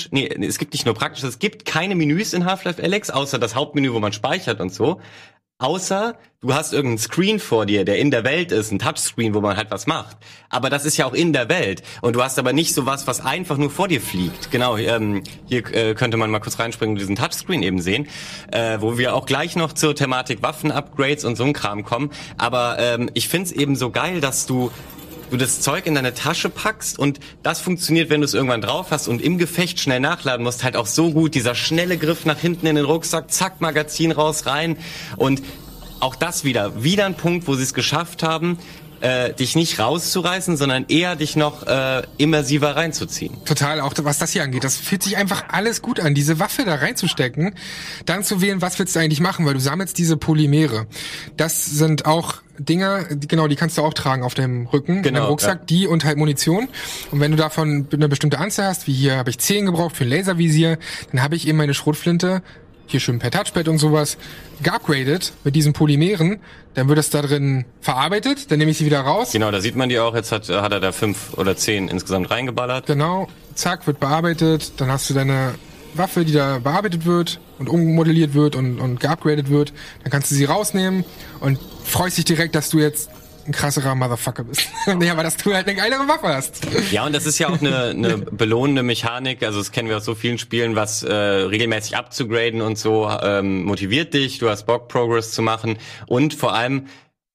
nicht nur praktisch, es gibt keine Menüs in Half-Life Alyx, außer das Hauptmenü, wo man speichert und so. Außer du hast irgendeinen Screen vor dir, der in der Welt ist, ein Touchscreen, wo man halt was macht. Aber das ist ja auch in der Welt. Und du hast aber nicht sowas, was einfach nur vor dir fliegt. Genau, hier könnte man mal kurz reinspringen und diesen Touchscreen eben sehen, wo wir auch gleich noch zur Thematik Waffen-Upgrades und so ein Kram kommen. Aber ich find's eben so geil, dass du das Zeug in deine Tasche packst und das funktioniert, wenn du es irgendwann drauf hast und im Gefecht schnell nachladen musst, halt auch so gut. Dieser schnelle Griff nach hinten in den Rucksack, zack, Magazin raus, rein. Und auch das wieder ein Punkt, wo sie es geschafft haben, dich nicht rauszureißen, sondern eher dich noch immersiver reinzuziehen. Total, auch was das hier angeht. Das fühlt sich einfach alles gut an, diese Waffe da reinzustecken, dann zu wählen, was willst du eigentlich machen, weil du sammelst diese Polymere. Das sind auch Dinger, die kannst du auch tragen auf dem Rücken, in deinem Rucksack, ja. Die und halt Munition. Und wenn du davon eine bestimmte Anzahl hast, wie hier habe ich 10 gebraucht für ein Laservisier, dann habe ich eben meine Schrotflinte, hier schön per Touchpad und sowas, geupgradet mit diesen Polymeren, dann wird das da drin verarbeitet, dann nehme ich sie wieder raus. Genau, da sieht man die auch, jetzt hat er da 5 oder 10 insgesamt reingeballert. Genau, zack, wird bearbeitet, dann hast du deine Waffe, die da bearbeitet wird und ummodelliert wird und geupgradet wird, dann kannst du sie rausnehmen und freust dich direkt, dass du jetzt ein krasserer Motherfucker bist. Nee, aber dass du halt eine geilere Waffe hast. Ja, und das ist ja auch eine belohnende Mechanik, also das kennen wir aus so vielen Spielen, was regelmäßig abzugraden und so motiviert dich, du hast Bock, Progress zu machen und vor allem,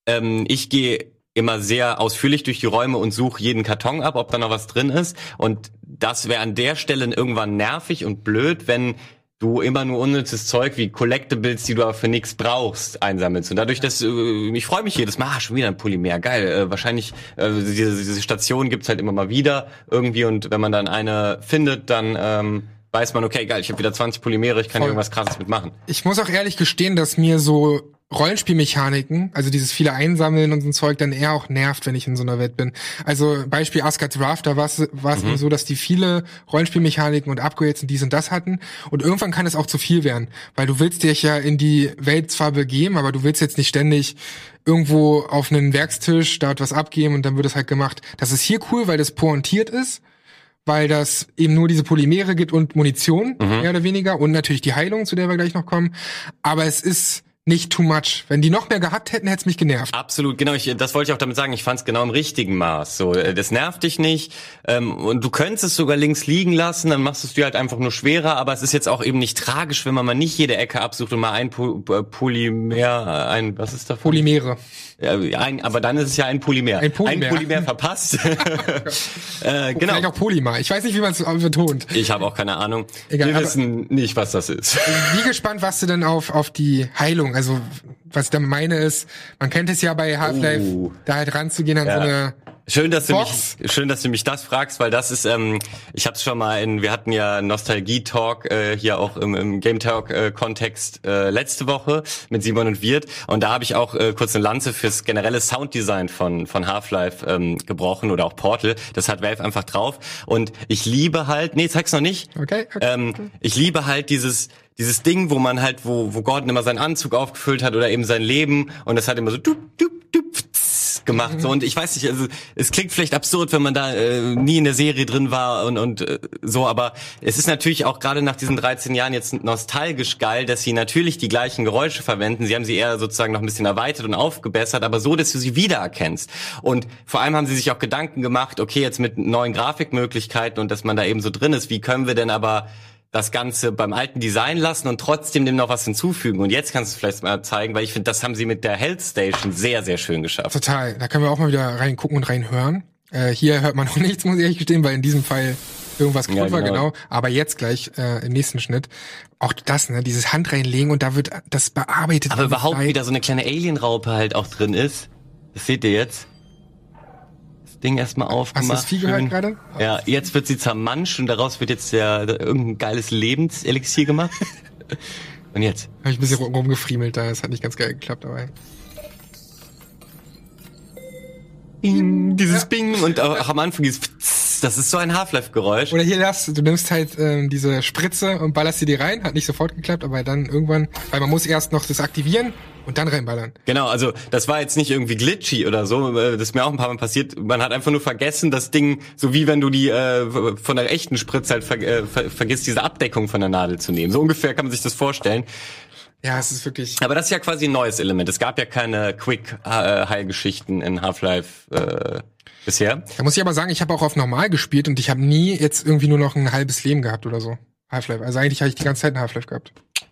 ich gehe immer sehr ausführlich durch die Räume und suche jeden Karton ab, ob da noch was drin ist und das wäre an der Stelle irgendwann nervig und blöd, wenn du immer nur unnützes Zeug wie Collectibles, die du aber für nichts brauchst, einsammelst. Und dadurch, dass ich freue mich jedes Mal, schon wieder ein Polymer, geil. Wahrscheinlich, diese Station gibt's halt immer mal wieder irgendwie und wenn man dann eine findet, dann weiß man, okay, geil, ich habe wieder 20 Polymere, ich kann hier irgendwas Krasses mitmachen. Ich muss auch ehrlich gestehen, dass mir so Rollenspielmechaniken, also dieses viele Einsammeln und so ein Zeug, dann eher auch nervt, wenn ich in so einer Welt bin. Also Beispiel Asgard's Wrath, da war es mir so, dass die viele Rollenspielmechaniken und Upgrades und dies und das hatten. Und irgendwann kann es auch zu viel werden, weil du willst dich ja in die Welt zwar begeben, aber du willst jetzt nicht ständig irgendwo auf einen Werkstisch da etwas abgeben und dann wird es halt gemacht. Das ist hier cool, weil das pointiert ist, weil das eben nur diese Polymere gibt und Munition, mehr oder weniger, und natürlich die Heilung, zu der wir gleich noch kommen. Aber es ist nicht too much. Wenn die noch mehr gehabt hätten, hätte es mich genervt. Absolut, genau. Das wollte ich auch damit sagen. Ich fand es genau im richtigen Maß. So, das nervt dich nicht. Und du könntest es sogar links liegen lassen, dann machst du es dir halt einfach nur schwerer. Aber es ist jetzt auch eben nicht tragisch, wenn man mal nicht jede Ecke absucht und mal ein Polymer, was ist da? Polymere. Aber dann ist es ja ein Polymer. Ein Polymer verpasst. Genau. Vielleicht auch Polymer. Ich weiß nicht, wie man es betont. Ich habe auch keine Ahnung. Egal, wir wissen nicht, was das ist. Wie gespannt warst du denn auf die Heilung? Also, was ich damit meine ist, man kennt es ja bei Half-Life, da halt ranzugehen an so eine Schön, dass du mich das fragst, weil das ist, ich hab's schon mal wir hatten ja Nostalgie-Talk hier auch im Game Talk-Kontext letzte Woche mit Simon und Wirt, und da habe ich auch kurz eine Lanze fürs generelle Sounddesign von Half-Life gebrochen, oder auch Portal. Das hat Valve einfach drauf, und ich liebe halt, zeig's noch nicht. Okay. Ich liebe halt dieses Ding, wo man halt, wo Gordon immer seinen Anzug aufgefüllt hat oder eben sein Leben, und das hat immer so gemacht. So, und ich weiß nicht, also es klingt vielleicht absurd, wenn man da nie in der Serie drin war und so, aber es ist natürlich auch gerade nach diesen 13 Jahren jetzt nostalgisch geil, dass sie natürlich die gleichen Geräusche verwenden. Sie haben sie eher sozusagen noch ein bisschen erweitert und aufgebessert, aber so, dass du sie wiedererkennst. Und vor allem haben sie sich auch Gedanken gemacht, okay, jetzt mit neuen Grafikmöglichkeiten und dass man da eben so drin ist, wie können wir denn aber das Ganze beim alten Design lassen und trotzdem dem noch was hinzufügen. Und jetzt kannst du es vielleicht mal zeigen, weil ich finde, das haben sie mit der Health Station sehr, sehr schön geschafft. Total. Da können wir auch mal wieder reingucken und reinhören. Hier hört man noch nichts, muss ich ehrlich gestehen, weil in diesem Fall irgendwas kaputt war, genau. Aber jetzt gleich im nächsten Schnitt. Auch das, ne, dieses Hand reinlegen, und da wird das bearbeitet. Aber überhaupt wieder so eine kleine Alienraupe halt auch drin ist. Das seht ihr jetzt. Ding erstmal aufgemacht. Hast du das Vieh gehört gerade? Ja, jetzt wird sie zermanscht und daraus wird jetzt irgendein geiles Lebenselixier gemacht. Und jetzt? Habe ich ein bisschen rumgefriemelt da, es hat nicht ganz geil geklappt dabei. Bing, dieses Bing, und auch am Anfang dieses das ist so ein Half-Life-Geräusch. Oder hier du nimmst halt diese Spritze und ballerst sie dir rein, hat nicht sofort geklappt, aber dann irgendwann, weil man muss erst noch das aktivieren und dann reinballern. Genau, also das war jetzt nicht irgendwie glitchy oder so, das ist mir auch ein paar Mal passiert. Man hat einfach nur vergessen, das Ding, so wie wenn du die von der echten Spritze halt vergisst, diese Abdeckung von der Nadel zu nehmen. So ungefähr kann man sich das vorstellen. Ja, es ist wirklich... Aber das ist ja quasi ein neues Element. Es gab ja keine Quick-Heilgeschichten in Half-Life bisher. Da muss ich aber sagen, ich habe auch auf normal gespielt und ich habe nie jetzt irgendwie nur noch ein halbes Leben gehabt oder so. Half-Life. Also eigentlich habe ich die ganze Zeit ein Half-Life gehabt.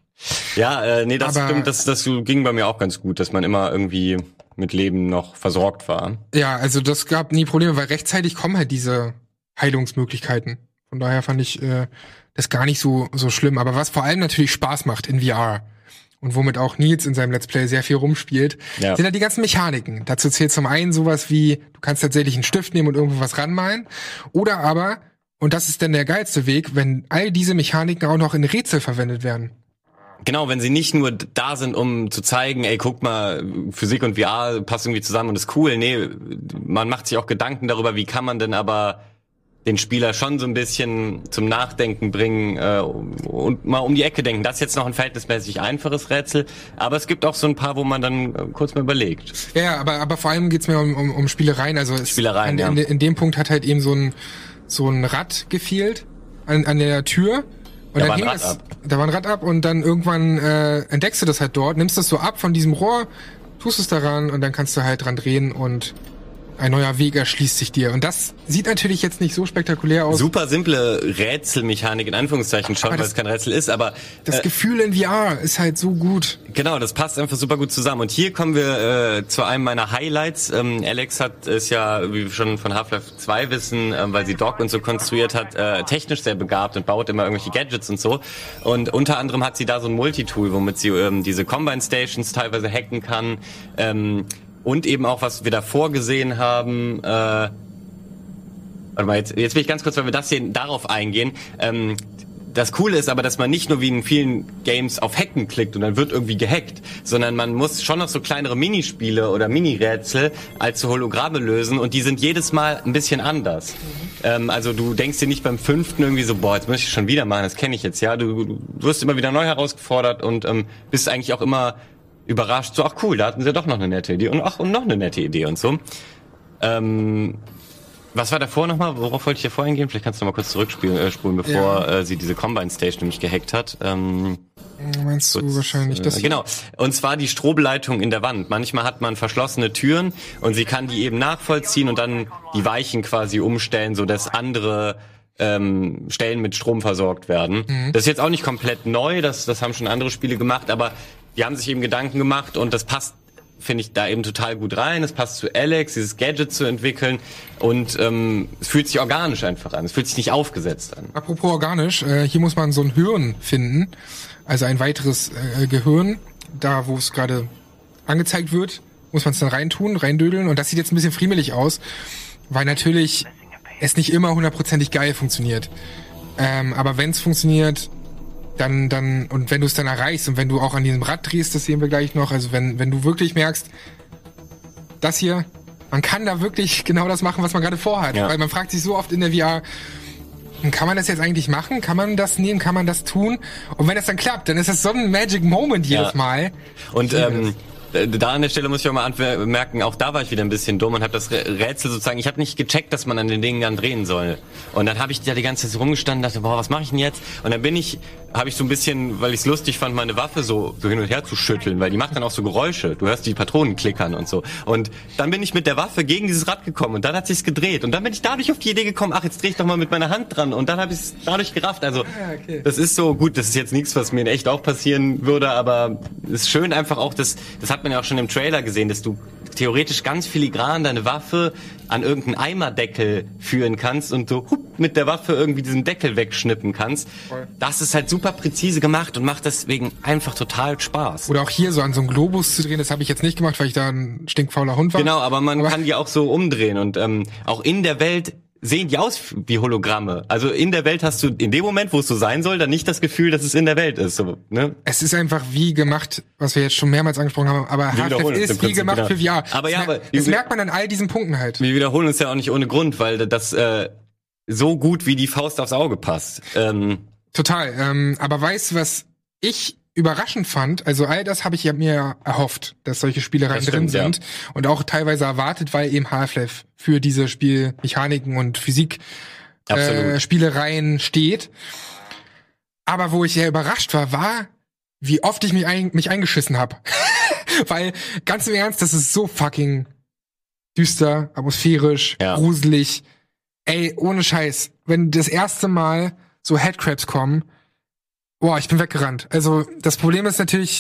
Ja, das stimmt, das ging bei mir auch ganz gut, dass man immer irgendwie mit Leben noch versorgt war. Ja, also das gab nie Probleme, weil rechtzeitig kommen halt diese Heilungsmöglichkeiten. Von daher fand ich das gar nicht so schlimm. Aber was vor allem natürlich Spaß macht in VR und womit auch Nils in seinem Let's Play sehr viel rumspielt, sind halt die ganzen Mechaniken. Dazu zählt zum einen sowas wie, du kannst tatsächlich einen Stift nehmen und irgendwo was ranmalen. Oder aber, und das ist dann der geilste Weg, wenn all diese Mechaniken auch noch in Rätsel verwendet werden. Genau, wenn sie nicht nur da sind, um zu zeigen, ey, guck mal, Physik und VR passt irgendwie zusammen und ist cool. Nee, man macht sich auch Gedanken darüber, wie kann man denn aber den Spieler schon so ein bisschen zum Nachdenken bringen und mal um die Ecke denken. Das ist jetzt noch ein verhältnismäßig einfaches Rätsel, aber es gibt auch so ein paar, wo man dann kurz mal überlegt. Ja, aber vor allem geht's mir um Spielereien. Also Spielereien, in dem Punkt hat halt eben so ein Rad gefehlt an der Tür. Und da war ein Rad ab und dann irgendwann entdeckst du das halt dort, nimmst das so ab von diesem Rohr, tust es daran und dann kannst du halt dran drehen und ein neuer Weg erschließt sich dir. Und das sieht natürlich jetzt nicht so spektakulär aus. Super simple Rätselmechanik in Anführungszeichen schon, weil es kein Rätsel ist, aber das Gefühl in VR ist halt so gut. Genau, das passt einfach super gut zusammen. Und hier kommen wir zu einem meiner Highlights. Alex ist ja, wie wir schon von Half-Life 2 wissen, weil sie Doc und so konstruiert hat, technisch sehr begabt und baut immer irgendwelche Gadgets und so. Und unter anderem hat sie da so ein Multitool, womit sie diese Combine Stations teilweise hacken kann. Und eben auch, was wir davor gesehen haben, warte mal, jetzt will ich ganz kurz, weil wir das hier darauf eingehen, das Coole ist aber, dass man nicht nur wie in vielen Games auf Hacken klickt und dann wird irgendwie gehackt, sondern man muss schon noch so kleinere Minispiele oder Mini-Rätsel als so Hologramme lösen und die sind jedes Mal ein bisschen anders. Also du denkst dir nicht beim 5. irgendwie so, boah, jetzt muss ich schon wieder machen, das kenne ich jetzt, ja. Du wirst immer wieder neu herausgefordert und bist eigentlich auch immer überrascht, so, ach cool, da hatten sie doch noch eine nette Idee und noch eine nette Idee und so. Was war davor nochmal? Worauf wollte ich hier vorhin gehen? Vielleicht kannst du noch mal kurz zurückspulen, bevor sie diese Combine Station nämlich gehackt hat. Meinst du wahrscheinlich das? Genau. Und zwar die Stromleitung in der Wand. Manchmal hat man verschlossene Türen und sie kann die eben nachvollziehen und dann die Weichen quasi umstellen, sodass andere Stellen mit Strom versorgt werden. Das ist jetzt auch nicht komplett neu, das haben schon andere Spiele gemacht, aber die haben sich eben Gedanken gemacht und das passt, finde ich, da eben total gut rein. Es passt zu Alex, dieses Gadget zu entwickeln und es fühlt sich organisch einfach an. Es fühlt sich nicht aufgesetzt an. Apropos organisch, hier muss man so ein Hirn finden, also ein weiteres Gehirn, da wo es gerade angezeigt wird, muss man es dann reindödeln und das sieht jetzt ein bisschen friemelig aus, weil natürlich es nicht immer 100%ig geil funktioniert. Aber wenn es funktioniert, dann und wenn du es dann erreichst und wenn du auch an diesem Rad drehst, das sehen wir gleich noch, also wenn du wirklich merkst, das hier, man kann da wirklich genau das machen, was man gerade vorhat. Ja. Weil man fragt sich so oft in der VR, kann man das jetzt eigentlich machen? Kann man das nehmen? Kann man das tun? Und wenn das dann klappt, dann ist das so ein Magic Moment jedes Mal. Und da an der Stelle muss ich auch mal anmerken, auch da war ich wieder ein bisschen dumm und habe das Rätsel sozusagen, ich habe nicht gecheckt, dass man an den Dingen dann drehen soll. Und dann habe ich da die ganze Zeit rumgestanden und dachte, boah, was mache ich denn jetzt? Und dann habe ich so ein bisschen, weil ich es lustig fand, meine Waffe so hin und her zu schütteln, weil die macht dann auch so Geräusche. Du hörst die Patronen klickern und so. Und dann bin ich mit der Waffe gegen dieses Rad gekommen und dann hat sich's gedreht. Und dann bin ich dadurch auf die Idee gekommen, ach, jetzt drehe ich doch mal mit meiner Hand dran. Und dann habe ich es dadurch gerafft. Also Das ist so, gut, das ist jetzt nichts, was mir in echt auch passieren würde, aber es ist schön einfach auch, das hat man ja auch schon im Trailer gesehen, dass du theoretisch ganz filigran deine Waffe an irgendeinen Eimerdeckel führen kannst und so mit der Waffe irgendwie diesen Deckel wegschnippen kannst. Das ist halt super präzise gemacht und macht deswegen einfach total Spaß. Oder auch hier so an so einem Globus zu drehen, das habe ich jetzt nicht gemacht, weil ich da ein stinkfauler Hund war. Genau, aber man kann die auch so umdrehen und auch in der Welt sehen die aus wie Hologramme. Also in der Welt hast du in dem Moment, wo es so sein soll, dann nicht das Gefühl, dass es in der Welt ist. So, ne? Es ist einfach wie gemacht, was wir jetzt schon mehrmals angesprochen haben, aber Half-Life ist wie gemacht für VR. Aber das merkt man an all diesen Punkten halt. Wir wiederholen uns ja auch nicht ohne Grund, weil das so gut wie die Faust aufs Auge passt. Total. Aber weißt du, was ich überraschend fand, also all das habe ich ja mir erhofft, dass solche Spielereien drin sind und auch teilweise erwartet, weil eben Half-Life für diese Spielmechaniken und Physik Spielereien steht. Aber wo ich sehr überrascht war, wie oft ich mich eingeschissen habe. Weil, ganz im Ernst, das ist so fucking düster, atmosphärisch, gruselig. Ey, ohne Scheiß, wenn das erste Mal so Headcrabs kommen, boah, ich bin weggerannt. Also das Problem ist natürlich,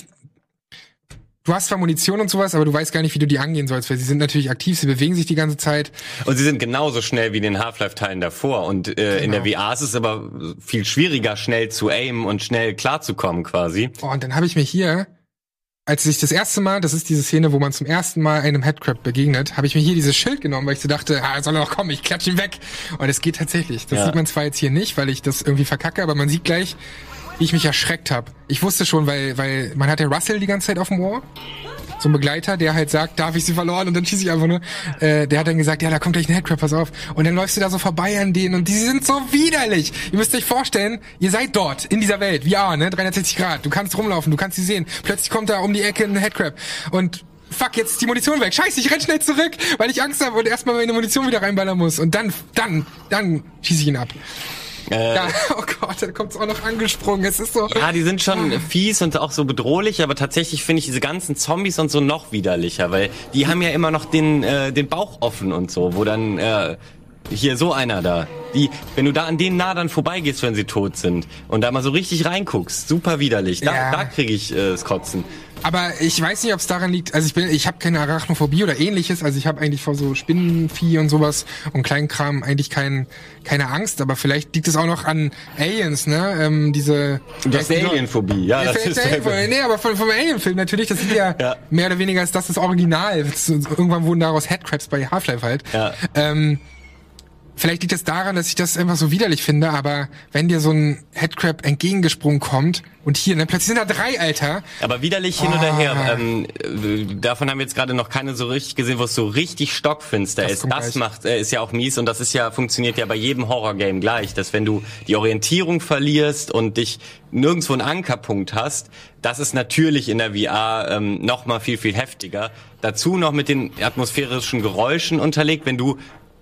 du hast zwar Munition und sowas, aber du weißt gar nicht, wie du die angehen sollst, weil sie sind natürlich aktiv, sie bewegen sich die ganze Zeit. Und sie sind genauso schnell wie in den Half-Life-Teilen davor. Und in der VR ist es aber viel schwieriger, schnell zu aimen und schnell klarzukommen quasi. Oh, und dann habe ich mir hier, als ich das erste Mal, das ist diese Szene, wo man zum ersten Mal einem Headcrab begegnet, habe ich mir hier dieses Schild genommen, weil ich so dachte, soll er doch kommen, ich klatsch ihn weg. Und es geht tatsächlich. Das sieht man zwar jetzt hier nicht, weil ich das irgendwie verkacke, aber man sieht gleich, wie ich mich erschreckt habe. Ich wusste schon, weil man hat ja Russell die ganze Zeit auf dem Ohr. So ein Begleiter, der halt sagt, darf ich sie verloren? Und dann schieße ich einfach nur. Der hat dann gesagt, ja, da kommt gleich ein Headcrab, pass auf. Und dann läufst du da so vorbei an denen und die sind so widerlich. Ihr müsst euch vorstellen, ihr seid dort, in dieser Welt, VR, ne, 360 Grad. Du kannst rumlaufen, du kannst sie sehen. Plötzlich kommt da um die Ecke ein Headcrab. Und fuck, jetzt ist die Munition weg. Scheiße, ich renn schnell zurück, weil ich Angst habe und erstmal meine Munition wieder reinballern muss. Und dann schieße ich ihn ab. Ja, oh Gott, dann kommt's auch noch angesprungen. Es ist so. Ja, die sind schon fies und auch so bedrohlich, aber tatsächlich finde ich diese ganzen Zombies und so noch widerlicher, weil die haben ja immer noch den Bauch offen und so, wo dann hier so einer da. Wenn du da an denen nah dann vorbeigehst, wenn sie tot sind und da mal so richtig reinguckst, super widerlich. Da kriege ich das Kotzen. Aber ich weiß nicht, ob es daran liegt, also ich habe keine Arachnophobie oder ähnliches, also ich habe eigentlich vor so Spinnenvieh und sowas und Kleinkram eigentlich keine Angst, aber vielleicht liegt es auch noch an Aliens, ne? Du hast Alienphobie, ja, das ist nee, aber vom Alien-Film natürlich, das ist ja mehr oder weniger ist das Original. Irgendwann wurden daraus Headcrabs bei Half-Life halt. Ja. Vielleicht liegt es daran, dass ich das einfach so widerlich finde, aber wenn dir so ein Headcrab entgegengesprungen kommt und hier, dann plötzlich sind da 3, Alter. Aber widerlich hin oder her. Davon haben wir jetzt gerade noch keine so richtig gesehen, wo es so richtig stockfinster ist. Das ist ja auch mies und das ist ja, funktioniert ja bei jedem Horrorgame gleich, dass wenn du die Orientierung verlierst und dich nirgendwo einen Ankerpunkt hast, das ist natürlich in der VR noch mal viel, viel heftiger. Dazu noch mit den atmosphärischen Geräuschen unterlegt, wenn du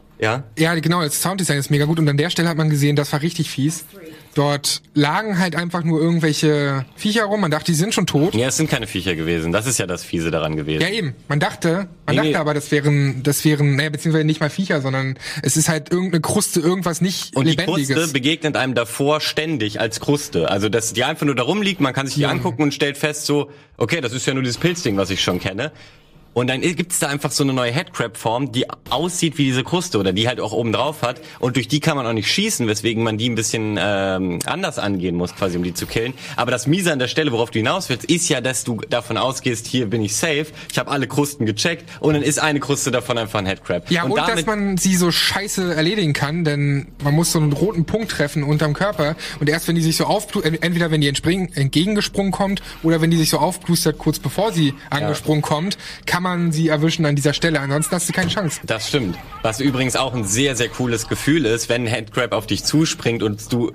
Ja, genau, das Sounddesign ist mega gut und an der Stelle hat man gesehen, das war richtig fies. Dort lagen halt einfach nur irgendwelche Viecher rum, man dachte, die sind schon tot. Ja, es sind keine Viecher gewesen, das ist ja das Fiese daran gewesen. Ja eben, man dachte aber, das wären, beziehungsweise nicht mal Viecher, sondern es ist halt irgendeine Kruste, irgendwas nicht und Lebendiges. Und die Kruste begegnet einem davor ständig als Kruste, also dass die einfach nur da rumliegt, man kann sich die angucken und stellt fest so, okay, das ist ja nur dieses Pilzding, was ich schon kenne. Und dann gibt's da einfach so eine neue Headcrab-Form, die aussieht wie diese Kruste oder die halt auch oben drauf hat. Und durch die kann man auch nicht schießen, weswegen man die ein bisschen anders angehen muss, quasi, um die zu killen. Aber das Miese an der Stelle, worauf du hinaus willst, ist ja, dass du davon ausgehst, hier bin ich safe, ich habe alle Krusten gecheckt und dann ist eine Kruste davon einfach ein Headcrab. Ja, und dass man sie so scheiße erledigen kann, denn man muss so einen roten Punkt treffen unterm Körper und erst wenn die sich so entweder wenn die entgegengesprungen kommt oder wenn die sich so aufplustert, kurz bevor sie angesprungen kommt, kann man sie erwischen an dieser Stelle. Ansonsten hast du keine Chance. Das stimmt. Was übrigens auch ein sehr, sehr cooles Gefühl ist, wenn ein Headcrab auf dich zuspringt und du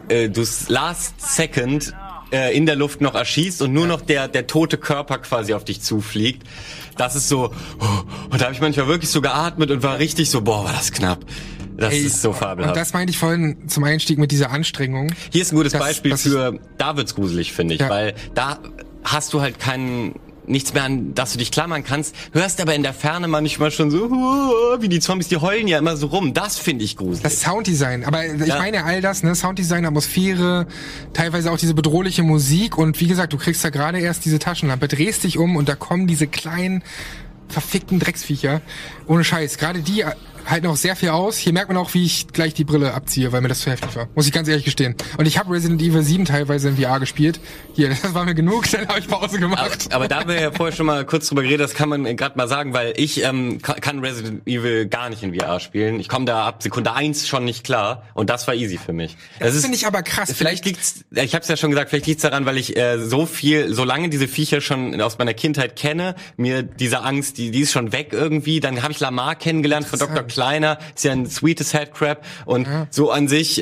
last second in der Luft noch erschießt und nur noch der tote Körper quasi auf dich zufliegt. Das ist so, und da habe ich manchmal wirklich so geatmet und war richtig so, boah, war das knapp. Das ist so fabelhaft. Und das meinte ich vorhin zum Einstieg mit dieser Anstrengung. Hier ist ein gutes Beispiel für, da wird's gruselig, finde ich, weil da hast du halt nichts mehr, an das du dich klammern kannst, hörst aber in der Ferne manchmal schon so, wie die Zombies, die heulen ja immer so rum. Das finde ich gruselig. Das Sounddesign, aber ich meine all das, ne, Sounddesign, Atmosphäre, teilweise auch diese bedrohliche Musik und wie gesagt, du kriegst da gerade erst diese Taschenlampe, drehst dich um und da kommen diese kleinen verfickten Drecksviecher. Ohne Scheiß. Gerade die halten auch sehr viel aus. Hier merkt man auch, wie ich gleich die Brille abziehe, weil mir das zu heftig war. Muss ich ganz ehrlich gestehen. Und ich habe Resident Evil 7 teilweise in VR gespielt. Hier, das war mir genug, dann habe ich Pause gemacht. Aber da haben wir ja vorher schon mal kurz drüber geredet, das kann man gerade mal sagen, weil ich kann Resident Evil gar nicht in VR spielen. Ich komme da ab Sekunde 1 schon nicht klar und das war easy für mich. Das finde ich aber krass. Vielleicht liegt's, ich habe es ja schon gesagt, vielleicht liegt's daran, weil ich so lange diese Viecher schon aus meiner Kindheit kenne, mir diese Angst, die ist schon weg irgendwie. Dann habe ich Lamar kennengelernt von Dr. Kleiner, ist ja ein sweetes Headcrab und so an sich,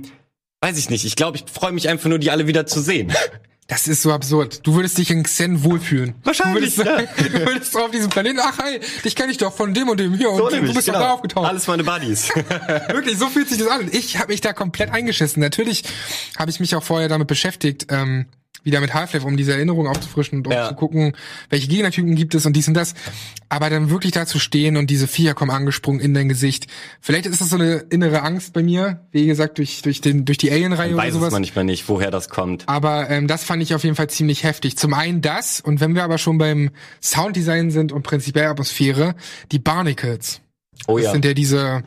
weiß ich nicht. Ich glaube, ich freue mich einfach nur, die alle wieder zu sehen. Das ist so absurd. Du würdest dich in Xen wohlfühlen. Wahrscheinlich, du würdest doch auf diesem Planeten, ach hey, dich kenne ich doch von dem und dem hier so und dem, du bist doch da aufgetaucht. Alles meine Buddies. Wirklich, so fühlt sich das an. Ich habe mich da komplett eingeschissen. Natürlich habe ich mich auch vorher damit beschäftigt, wieder mit Half-Life, um diese Erinnerung aufzufrischen und zu gucken, welche Gegnertypen gibt es und dies und das. Aber dann wirklich da zu stehen und diese Viecher kommen angesprungen in dein Gesicht. Vielleicht ist das so eine innere Angst bei mir, wie gesagt, durch die Alien-Reihe oder sowas. Ich weiß es manchmal nicht, woher das kommt. Aber das fand ich auf jeden Fall ziemlich heftig. Zum einen das, und wenn wir aber schon beim Sounddesign sind und prinzipiell Atmosphäre, die Barnacles. Oh ja. Das sind ja diese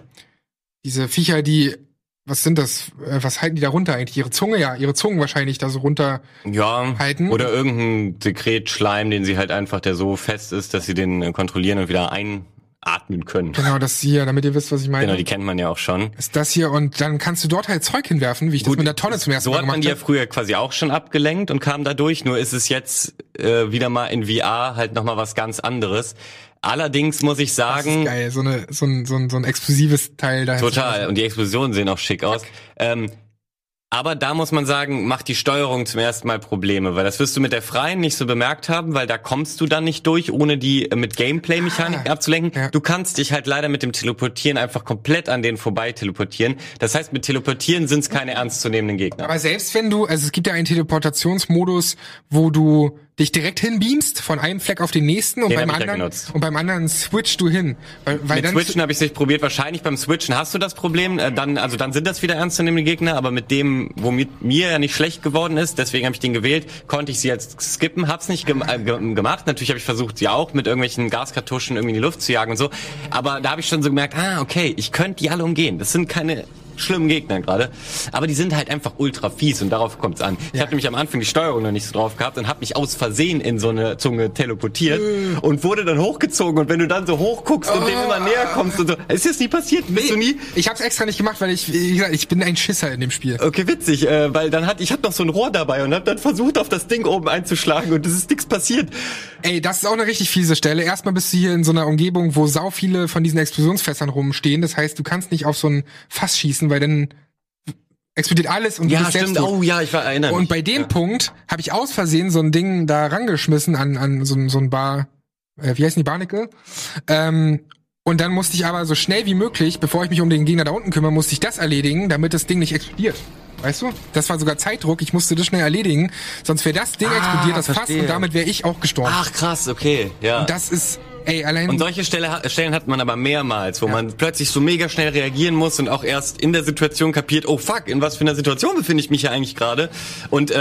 Viecher, die was sind das? Was halten die da runter eigentlich? Ihre Zunge wahrscheinlich da so runter halten. Oder irgendein Sekretschleim, den sie halt einfach, der so fest ist, dass sie den kontrollieren und wieder einatmen können. Genau, das hier, damit ihr wisst, was ich meine. Genau, die kennt man ja auch schon. Ist das hier und dann kannst du dort halt Zeug hinwerfen, wie ich das mit der Tonne zum ersten Mal gemacht habe. So hat man die ja früher quasi auch schon abgelenkt und kam dadurch, nur ist es jetzt wieder mal in VR halt nochmal was ganz anderes. Allerdings muss ich sagen... Das ist geil, so ein explosives Teil da. Total, und die Explosionen sehen auch schick aus. Aber da muss man sagen, macht die Steuerung zum ersten Mal Probleme, weil das wirst du mit der freien nicht so bemerkt haben, weil da kommst du dann nicht durch, ohne die mit Gameplay-Mechaniken abzulenken. Ja. Du kannst dich halt leider mit dem Teleportieren einfach komplett an denen vorbei teleportieren. Das heißt, mit Teleportieren sind es keine ernstzunehmenden Gegner. Aber selbst wenn also es gibt ja einen Teleportationsmodus, wo du dich direkt hinbeamst von einem Fleck auf den nächsten und beim anderen switchst du hin. Weil mit dann Switchen habe ich es nicht probiert. Wahrscheinlich beim Switchen hast du das Problem. Dann sind das wieder ernstzunehmende Gegner. Aber mit dem, womit mir ja nicht schlecht geworden ist, deswegen habe ich den gewählt, konnte ich sie jetzt skippen. Hab's nicht gemacht. Natürlich habe ich versucht, sie auch mit irgendwelchen Gaskartuschen irgendwie in die Luft zu jagen und so. Aber da habe ich schon so gemerkt, okay, ich könnte die alle umgehen. Das sind keine schlimmen Gegnern gerade. Aber die sind halt einfach ultra fies und darauf kommt's an. Ich habe nämlich am Anfang die Steuerung noch nicht so drauf gehabt und habe mich aus Versehen in so eine Zunge teleportiert und wurde dann hochgezogen. Und wenn du dann so hochguckst und dem immer näher kommst und so, ist das nie passiert? Bist du nie? Ich hab's extra nicht gemacht, weil ich bin ein Schisser in dem Spiel. Okay, witzig, weil ich hatte noch so ein Rohr dabei und hab dann versucht, auf das Ding oben einzuschlagen und es ist nichts passiert. Ey, das ist auch eine richtig fiese Stelle. Erstmal bist du hier in so einer Umgebung, wo sau viele von diesen Explosionsfässern rumstehen. Das heißt, du kannst nicht auf so ein Fass schießen, weil dann explodiert alles und du bist selbst tot. Oh ja, ich erinnere mich. Und bei dem Punkt habe ich aus Versehen so ein Ding da rangeschmissen an so ein Bar, wie heißen die, Barnacle? Und dann musste ich aber so schnell wie möglich, bevor ich mich um den Gegner da unten kümmere, musste ich das erledigen, damit das Ding nicht explodiert. Weißt du? Das war sogar Zeitdruck, ich musste das schnell erledigen, sonst wäre das Ding explodiert, das Fass, und damit wäre ich auch gestorben. Ach krass, okay, ja. Und das ist, allein... Und solche Stellen hat man aber mehrmals, wo man plötzlich so mega schnell reagieren muss und auch erst in der Situation kapiert, oh fuck, in was für einer Situation befinde ich mich hier eigentlich gerade? Und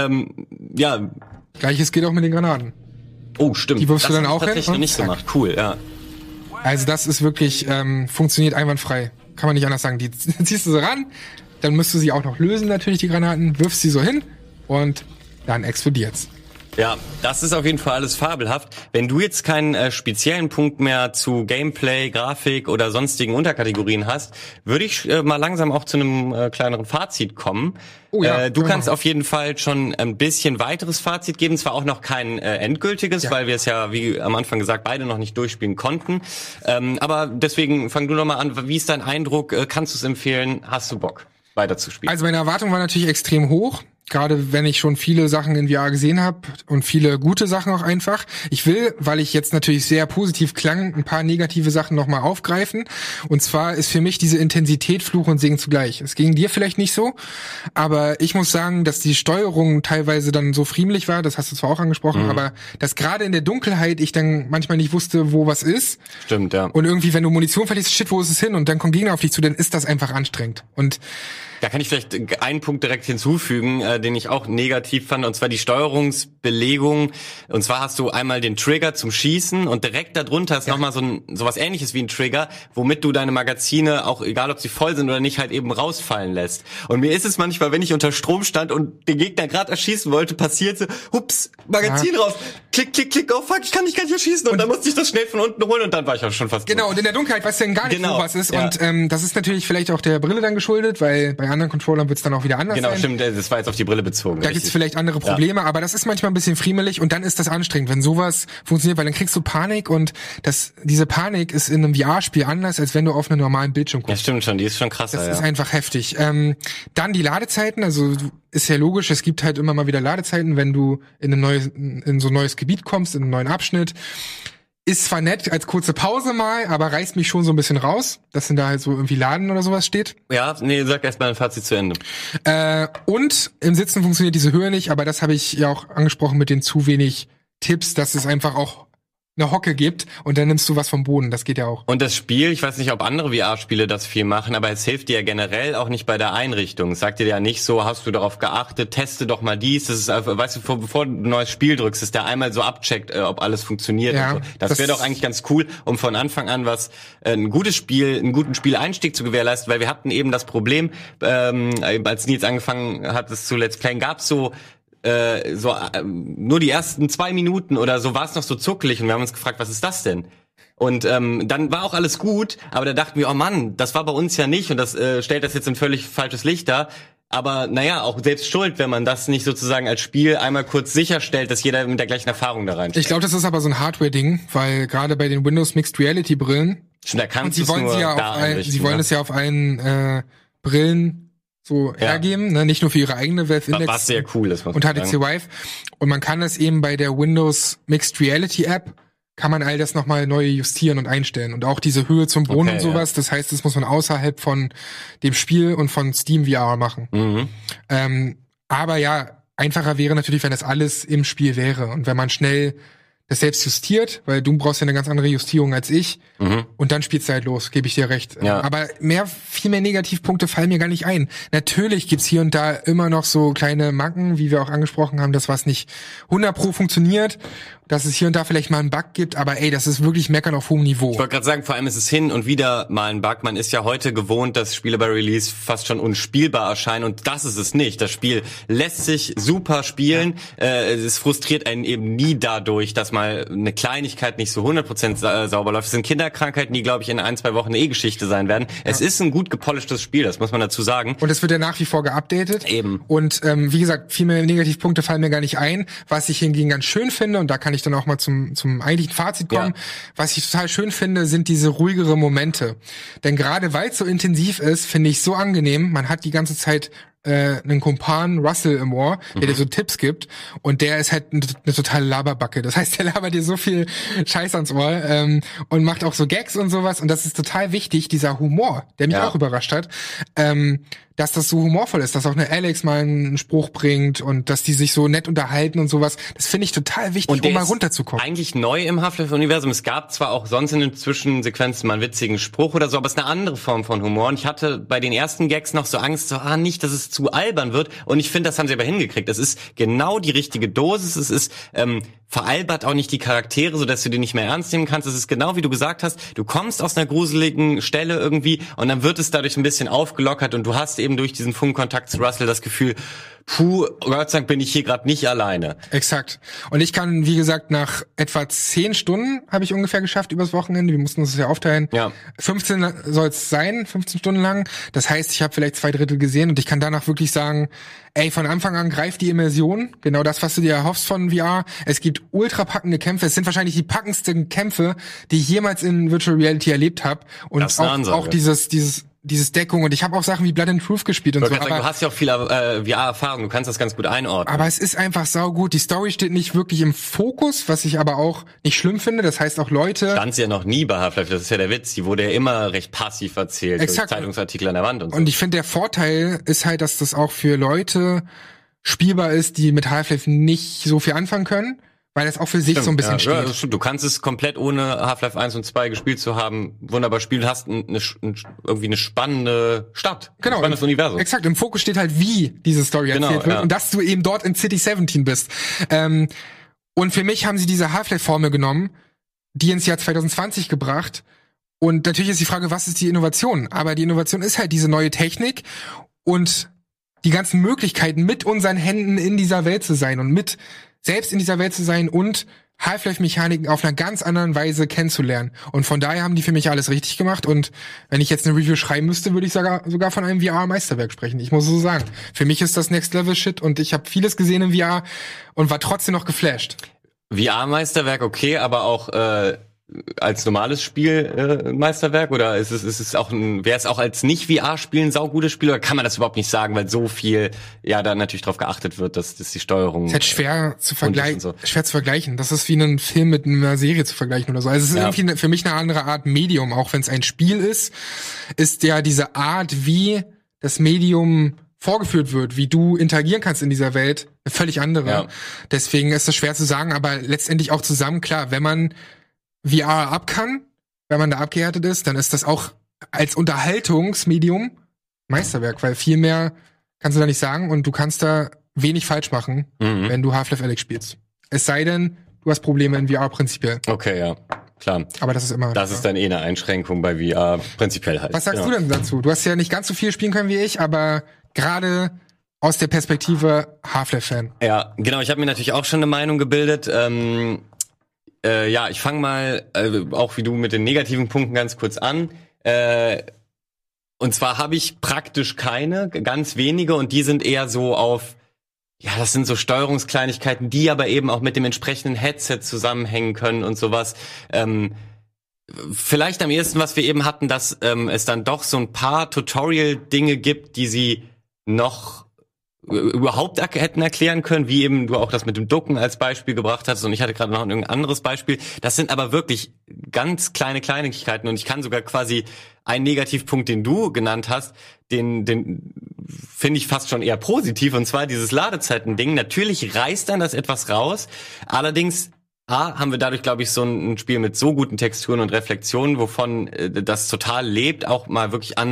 ja. Gleiches geht auch mit den Granaten. Oh, stimmt. Die wirfst du dann auch hin? Das hab ich noch nicht gemacht, cool, ja. Also das ist wirklich, funktioniert einwandfrei. Kann man nicht anders sagen. Die ziehst du so ran, dann musst du sie auch noch lösen, natürlich, die Granaten, wirfst sie so hin und dann explodiert's. Ja, das ist auf jeden Fall alles fabelhaft. Wenn du jetzt keinen speziellen Punkt mehr zu Gameplay, Grafik oder sonstigen Unterkategorien hast, würde ich mal langsam auch zu einem kleineren Fazit kommen. Oh ja, du kannst auf jeden Fall schon ein bisschen weiteres Fazit geben, zwar auch noch kein endgültiges, weil wir es ja, wie am Anfang gesagt, beide noch nicht durchspielen konnten. Aber deswegen fang du noch mal an. Wie ist dein Eindruck? Kannst du es empfehlen? Hast du Bock, weiterzuspielen? Also meine Erwartung war natürlich extrem hoch. Gerade wenn ich schon viele Sachen in VR gesehen habe und viele gute Sachen auch einfach. Ich will, weil ich jetzt natürlich sehr positiv klang, ein paar negative Sachen nochmal aufgreifen. Und zwar ist für mich diese Intensität Fluch und Segen zugleich. Es ging dir vielleicht nicht so, aber ich muss sagen, dass die Steuerung teilweise dann so friemelig war, das hast du zwar auch angesprochen, aber dass gerade in der Dunkelheit ich dann manchmal nicht wusste, wo was ist. Stimmt, ja. Und irgendwie, wenn du Munition verlierst, shit, wo ist es hin? Und dann kommt Gegner auf dich zu, dann ist das einfach anstrengend. Und da kann ich vielleicht einen Punkt direkt hinzufügen, den ich auch negativ fand, und zwar die Steuerungsbelegung. Und zwar hast du einmal den Trigger zum Schießen und direkt darunter ist nochmal sowas Ähnliches wie ein Trigger, womit du deine Magazine, auch egal ob sie voll sind oder nicht, halt eben rausfallen lässt. Und mir ist es manchmal, wenn ich unter Strom stand und den Gegner gerade erschießen wollte, passiert so, hups, Magazin raus, klick, klick, klick, oh fuck, ich kann nicht erschießen. Und dann musste ich das schnell von unten holen und dann war ich auch schon fast Genau, tot. Und in der Dunkelheit weißt du dann gar nicht, wo was ist. Ja. Und das ist natürlich vielleicht auch der Brille dann geschuldet, weil bei anderen Controllern wird's dann auch wieder anders sein. Genau, stimmt, das war jetzt auf die Brille bezogen. Da gibt's vielleicht andere Probleme, aber das ist manchmal ein bisschen friemelig und dann ist das anstrengend, wenn sowas funktioniert, weil dann kriegst du Panik und diese Panik ist in einem VR-Spiel anders, als wenn du auf einem normalen Bildschirm guckst. Ja, stimmt schon, die ist schon krasser. Das ist einfach heftig. Dann die Ladezeiten, also ist ja logisch, es gibt halt immer mal wieder Ladezeiten, wenn du in so ein neues Gebiet kommst, in einen neuen Abschnitt. Ist zwar nett als kurze Pause mal, aber reißt mich schon so ein bisschen raus, dass denn da halt so irgendwie Laden oder sowas steht. Ja, nee, sag erst mal ein Fazit zu Ende. Und im Sitzen funktioniert diese Höhe nicht, aber das habe ich ja auch angesprochen mit den zu wenig Tipps, dass es einfach auch eine Hocke gibt und dann nimmst du was vom Boden, das geht ja auch. Und das Spiel, ich weiß nicht, ob andere VR-Spiele das viel machen, aber es hilft dir ja generell auch nicht bei der Einrichtung. Es sagt dir ja nicht so, hast du darauf geachtet, teste doch mal dies. Das ist einfach, weißt du, bevor du ein neues Spiel drückst, dass der einmal so abcheckt, ob alles funktioniert. Ja, und so. Das wäre doch eigentlich ganz cool, um von Anfang an einen guten Spieleinstieg zu gewährleisten, weil wir hatten eben das Problem, als Nils angefangen hat, es zu Let's Playen, gab's so nur die ersten 2 Minuten oder so war es noch so zuckelig und wir haben uns gefragt, was ist das denn? Und dann war auch alles gut, aber da dachten wir, oh Mann, das war bei uns ja nicht und das stellt das jetzt ein völlig falsches Licht dar. Aber naja, auch selbst schuld, wenn man das nicht sozusagen als Spiel einmal kurz sicherstellt, dass jeder mit der gleichen Erfahrung da reinsteigt. Ich glaube, das ist aber so ein Hardware-Ding, weil gerade bei den Windows Mixed Reality Brillen, da kannst sie wollen es ja auf allen Brillen so hergeben, ne? Nicht nur für ihre eigene Valve Index. Was sehr cool ist, und HTC Vive. Und man kann das eben bei der Windows Mixed Reality App, kann man all das nochmal neu justieren und einstellen. Und auch diese Höhe zum Boden und sowas. Ja. Das heißt, das muss man außerhalb von dem Spiel und von Steam VR machen. Mhm. Aber ja, einfacher wäre natürlich, wenn das alles im Spiel wäre. Und wenn man schnell das selbst justiert, weil du brauchst ja eine ganz andere Justierung als ich. Mhm. Und dann spielst du halt los, gebe ich dir recht. Ja. Aber viel mehr Negativpunkte fallen mir gar nicht ein. Natürlich gibt's hier und da immer noch so kleine Macken, wie wir auch angesprochen haben, dass was nicht 100% funktioniert. dass es hier und da vielleicht mal einen Bug gibt, aber ey, das ist wirklich Meckern auf hohem Niveau. Ich wollte gerade sagen, vor allem ist es hin und wieder mal ein Bug. Man ist ja heute gewohnt, dass Spiele bei Release fast schon unspielbar erscheinen und das ist es nicht. Das Spiel lässt sich super spielen. Es frustriert einen eben nie dadurch, dass mal eine Kleinigkeit nicht so 100% sauber läuft. Es sind Kinderkrankheiten, die, glaube ich, in 1-2 Wochen Geschichte sein werden. Es ist ein gut gepolischtes Spiel, das muss man dazu sagen. Und es wird ja nach wie vor geupdatet. Eben. Und wie gesagt, viel mehr Negativpunkte fallen mir gar nicht ein. Was ich hingegen ganz schön finde, und da kann ich dann auch mal zum eigentlichen Fazit kommen, was ich total schön finde, sind diese ruhigere Momente. Denn gerade weil es so intensiv ist, finde ich so angenehm. Man hat die ganze Zeit einen Kumpan, Russell im Ohr, der dir so Tipps gibt und der ist halt eine totale Laberbacke. Das heißt, der labert dir so viel Scheiß ans Ohr und macht auch so Gags und sowas und das ist total wichtig, dieser Humor, der mich auch überrascht hat, dass das so humorvoll ist, dass auch eine Alex mal einen Spruch bringt und dass die sich so nett unterhalten und sowas. Das finde ich total wichtig, um mal runterzukommen. Eigentlich neu im Half-Life-Universum. Es gab zwar auch sonst in den Zwischensequenzen mal einen witzigen Spruch oder so, aber es ist eine andere Form von Humor. Und ich hatte bei den ersten Gags noch so Angst, nicht, dass es zu albern wird. Und ich finde, das haben sie aber hingekriegt. Es ist genau die richtige Dosis. Es ist veralbert auch nicht die Charaktere, sodass du die nicht mehr ernst nehmen kannst. Es ist genau wie du gesagt hast, du kommst aus einer gruseligen Stelle irgendwie und dann wird es dadurch ein bisschen aufgelockert und du hast eben durch diesen Funkkontakt zu Russell das Gefühl, Gott sei Dank bin ich hier gerade nicht alleine. Exakt. Und ich kann, wie gesagt, nach etwa 10 Stunden habe ich ungefähr geschafft übers Wochenende. Wir mussten uns das ja aufteilen. 15 soll es sein, 15 Stunden lang. Das heißt, ich habe vielleicht 2/3 gesehen und ich kann danach wirklich sagen, ey, von Anfang an greift die Immersion. Genau das, was du dir erhoffst von VR. Es gibt ultra packende Kämpfe. Es sind wahrscheinlich die packendsten Kämpfe, die ich jemals in Virtual Reality erlebt habe. Und auch dieses Deckung und ich habe auch Sachen wie Blood and Truth gespielt und so. Aber du hast ja auch viel VR-Erfahrung, du kannst das ganz gut einordnen. Aber es ist einfach saugut. Die Story steht nicht wirklich im Fokus, was ich aber auch nicht schlimm finde. Das heißt auch Leute... Stand sie ja noch nie bei Half-Life, das ist ja der Witz. Die wurde ja immer recht passiv erzählt. Exakt. Durch Zeitungsartikel an der Wand und so. Und ich finde, der Vorteil ist halt, dass das auch für Leute spielbar ist, die mit Half-Life nicht so viel anfangen können. Weil das auch für sich so ein bisschen steht. Ja, das stimmt. Du kannst es komplett ohne Half-Life 1 und 2 gespielt zu haben, wunderbar spielen, hast irgendwie eine spannende Stadt, genau, ein spannendes Universum. Exakt, im Fokus steht halt, wie diese Story erzählt wird und dass du eben dort in City 17 bist. Und für mich haben sie diese Half-Life-Formel genommen, die ins Jahr 2020 gebracht. Und natürlich ist die Frage, was ist die Innovation? Aber die Innovation ist halt diese neue Technik und die ganzen Möglichkeiten, mit unseren Händen in dieser Welt zu sein und mit selbst in dieser Welt zu sein und Half-Life-Mechaniken auf einer ganz anderen Weise kennenzulernen. Und von daher haben die für mich alles richtig gemacht. Und wenn ich jetzt eine Review schreiben müsste, würde ich sogar von einem VR-Meisterwerk sprechen. Ich muss so sagen. Für mich ist das Next-Level-Shit und ich habe vieles gesehen im VR und war trotzdem noch geflasht. VR-Meisterwerk okay, aber auch als normales Spiel Meisterwerk oder ist es auch wäre es auch als nicht VR-Spiel ein saugutes Spiel oder kann man das überhaupt nicht sagen, weil so viel da natürlich drauf geachtet wird, dass die Steuerung ist halt schwer zu vergleichen. So. Schwer zu vergleichen. Das ist wie ein Film mit einer Serie zu vergleichen oder so. Also es ist irgendwie für mich eine andere Art Medium, auch wenn es ein Spiel ist ja diese Art, wie das Medium vorgeführt wird, wie du interagieren kannst in dieser Welt, eine völlig andere. Ja. Deswegen ist das schwer zu sagen, aber letztendlich auch zusammen, klar, wenn man VR ab kann, wenn man da abgehärtet ist, dann ist das auch als Unterhaltungsmedium Meisterwerk, weil viel mehr kannst du da nicht sagen und du kannst da wenig falsch machen, wenn du Half-Life Alyx spielst. Es sei denn, du hast Probleme in VR prinzipiell. Okay, ja, klar. Aber das ist immer... Das ist dann eine Einschränkung bei VR prinzipiell halt. Was sagst du denn dazu? Du hast ja nicht ganz so viel spielen können wie ich, aber gerade aus der Perspektive Half-Life-Fan. Ja, genau. Ich habe mir natürlich auch schon eine Meinung gebildet. Ich fange mal, auch wie du, mit den negativen Punkten ganz kurz an. Und zwar habe ich praktisch keine, ganz wenige, und die sind eher so auf, das sind so Steuerungskleinigkeiten, die aber eben auch mit dem entsprechenden Headset zusammenhängen können und sowas. Vielleicht am ehesten, was wir eben hatten, dass es dann doch so ein paar Tutorial-Dinge gibt, die sie noch überhaupt hätten erklären können, wie eben du auch das mit dem Ducken als Beispiel gebracht hast und ich hatte gerade noch ein anderes Beispiel. Das sind aber wirklich ganz kleine Kleinigkeiten und ich kann sogar quasi einen Negativpunkt, den du genannt hast, den finde ich fast schon eher positiv, und zwar dieses Ladezeiten-Ding. Natürlich reißt dann das etwas raus, allerdings haben wir dadurch, glaube ich, so ein Spiel mit so guten Texturen und Reflexionen, wovon das total lebt, auch mal wirklich an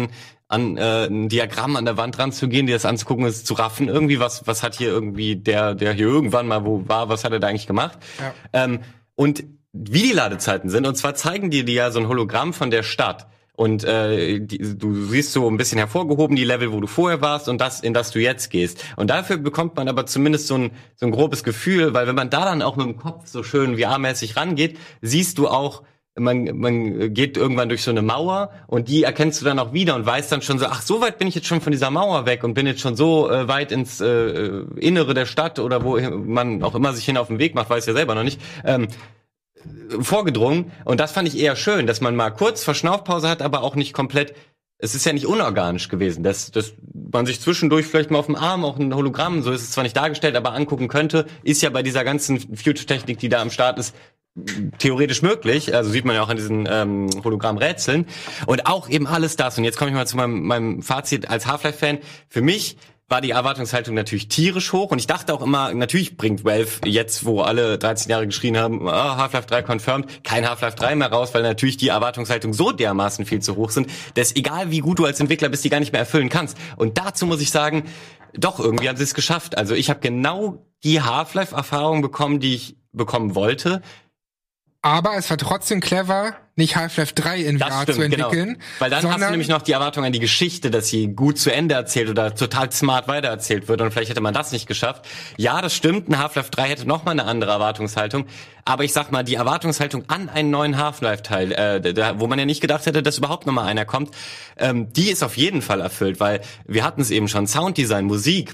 an ein Diagramm an der Wand ranzugehen, dir das anzugucken, es zu raffen, irgendwie was hat hier irgendwie der hier irgendwann mal wo war, was hat er da eigentlich gemacht? Ja. Und wie die Ladezeiten sind, und zwar zeigen die dir ja so ein Hologramm von der Stadt. Und du siehst so ein bisschen hervorgehoben die Level, wo du vorher warst und das, in das du jetzt gehst. Und dafür bekommt man aber zumindest so ein grobes Gefühl, weil wenn man da dann auch mit dem Kopf so schön VR-mäßig rangeht, siehst du auch, man geht irgendwann durch so eine Mauer und die erkennst du dann auch wieder und weißt dann schon so, ach, so weit bin ich jetzt schon von dieser Mauer weg und bin jetzt schon so weit ins Innere der Stadt oder wo man auch immer sich hin auf den Weg macht, weiß ja selber noch nicht, vorgedrungen. Und das fand ich eher schön, dass man mal kurz Verschnaufpause hat, aber auch nicht komplett. Es ist ja nicht unorganisch gewesen, dass man sich zwischendurch vielleicht mal auf dem Arm auch ein Hologramm, so ist es zwar nicht dargestellt, aber angucken könnte, ist ja bei dieser ganzen Future-Technik, die da am Start ist, theoretisch möglich, also sieht man ja auch an diesen Hologramm-Rätseln und auch eben alles das. Und jetzt komme ich mal zu meinem Fazit als Half-Life-Fan. Für mich war die Erwartungshaltung natürlich tierisch hoch und ich dachte auch immer, natürlich bringt Valve jetzt, wo alle 13 Jahre geschrien haben, Half-Life 3 confirmed, kein Half-Life 3 mehr raus, weil natürlich die Erwartungshaltung so dermaßen viel zu hoch sind, dass egal wie gut du als Entwickler bist, die gar nicht mehr erfüllen kannst. Und dazu muss ich sagen, doch, irgendwie haben sie es geschafft. Also ich habe genau die Half-Life-Erfahrung bekommen, die ich bekommen wollte. Aber es war trotzdem clever, nicht Half-Life 3 in VR zu entwickeln. Genau. Weil dann hast du nämlich noch die Erwartung an die Geschichte, dass sie gut zu Ende erzählt oder total smart weitererzählt wird und vielleicht hätte man das nicht geschafft. Ja, das stimmt, ein Half-Life 3 hätte noch mal eine andere Erwartungshaltung. Aber ich sag mal, die Erwartungshaltung an einen neuen Half-Life-Teil, wo man ja nicht gedacht hätte, dass überhaupt noch mal einer kommt, die ist auf jeden Fall erfüllt, weil wir hatten es eben schon, Sounddesign, Musik,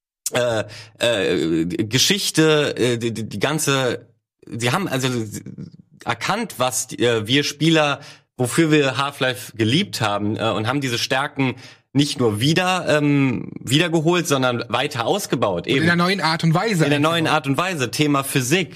Geschichte, die ganze... Sie haben also erkannt, was wir Spieler, wofür wir Half-Life geliebt haben, und haben diese Stärken nicht nur wiedergeholt, sondern weiter ausgebaut. Eben. In der neuen Art und Weise. In der neuen Art und Weise. Thema Physik,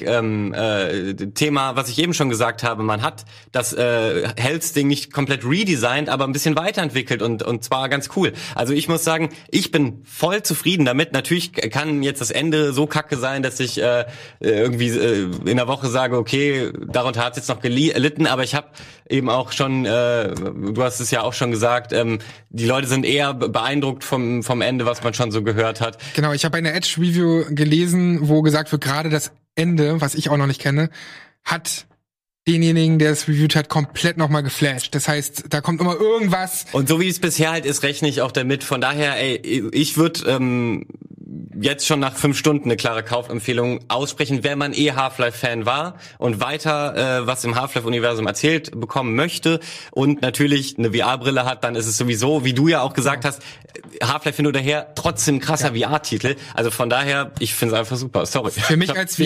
Thema, was ich eben schon gesagt habe, man hat das Health-Ding nicht komplett redesigned, aber ein bisschen weiterentwickelt und zwar ganz cool. Also ich muss sagen, ich bin voll zufrieden damit. Natürlich kann jetzt das Ende so kacke sein, dass ich irgendwie in der Woche sage, okay, darunter hat es jetzt noch gelitten, aber ich habe eben auch schon, du hast es ja auch schon gesagt, die Leute sind eher beeindruckt vom Ende, was man schon so gehört hat. Genau, ich habe eine Edge-Review gelesen, wo gesagt wird, gerade das Ende, was ich auch noch nicht kenne, hat denjenigen, der es reviewt hat, komplett nochmal geflasht. Das heißt, da kommt immer irgendwas. Und so wie es bisher halt ist, rechne ich auch damit. Von daher, ich würde jetzt schon nach 5 Stunden eine klare Kaufempfehlung aussprechen, wenn man Half-Life-Fan war und weiter was im Half-Life-Universum erzählt bekommen möchte und natürlich eine VR-Brille hat, dann ist es sowieso, wie du ja auch gesagt hast, Half-Life hin oder her, trotzdem krasser VR-Titel. Also von daher, ich finde es einfach super. Sorry. Für mich als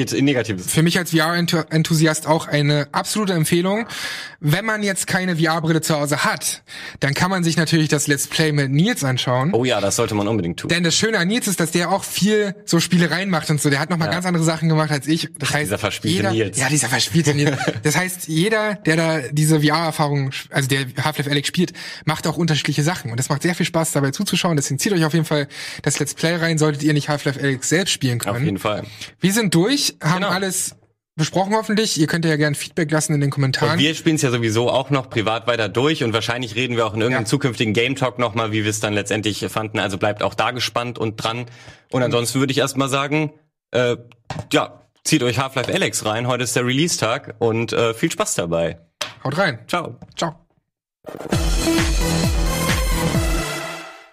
VR-Enthusiast auch eine absolute Empfehlung. Wenn man jetzt keine VR-Brille zu Hause hat, dann kann man sich natürlich das Let's Play mit Nils anschauen. Oh ja, das sollte man unbedingt tun. Denn das Schöne an Nils ist, dass der auch viel so Spielereien macht und so. Der hat noch mal ganz andere Sachen gemacht als ich. Das heißt, dieser verspielte Nils. Ja, dieser verspielte Nils. Das heißt, jeder, der da diese VR-Erfahrung, also der Half-Life Alyx spielt, macht auch unterschiedliche Sachen. Und das macht sehr viel Spaß, dabei zuzuschauen. Deswegen zieht euch auf jeden Fall das Let's Play rein, solltet ihr nicht Half-Life Alyx selbst spielen können. Auf jeden Fall. Wir sind durch, haben alles besprochen hoffentlich. Ihr könnt ja gerne Feedback lassen in den Kommentaren. Und wir spielen es ja sowieso auch noch privat weiter durch und wahrscheinlich reden wir auch in irgendeinem zukünftigen Game Talk nochmal, wie wir es dann letztendlich fanden. Also bleibt auch da gespannt und dran. Und ansonsten würde ich erstmal sagen, zieht euch Half-Life Alyx rein. Heute ist der Release-Tag und viel Spaß dabei. Haut rein. Ciao. Ciao.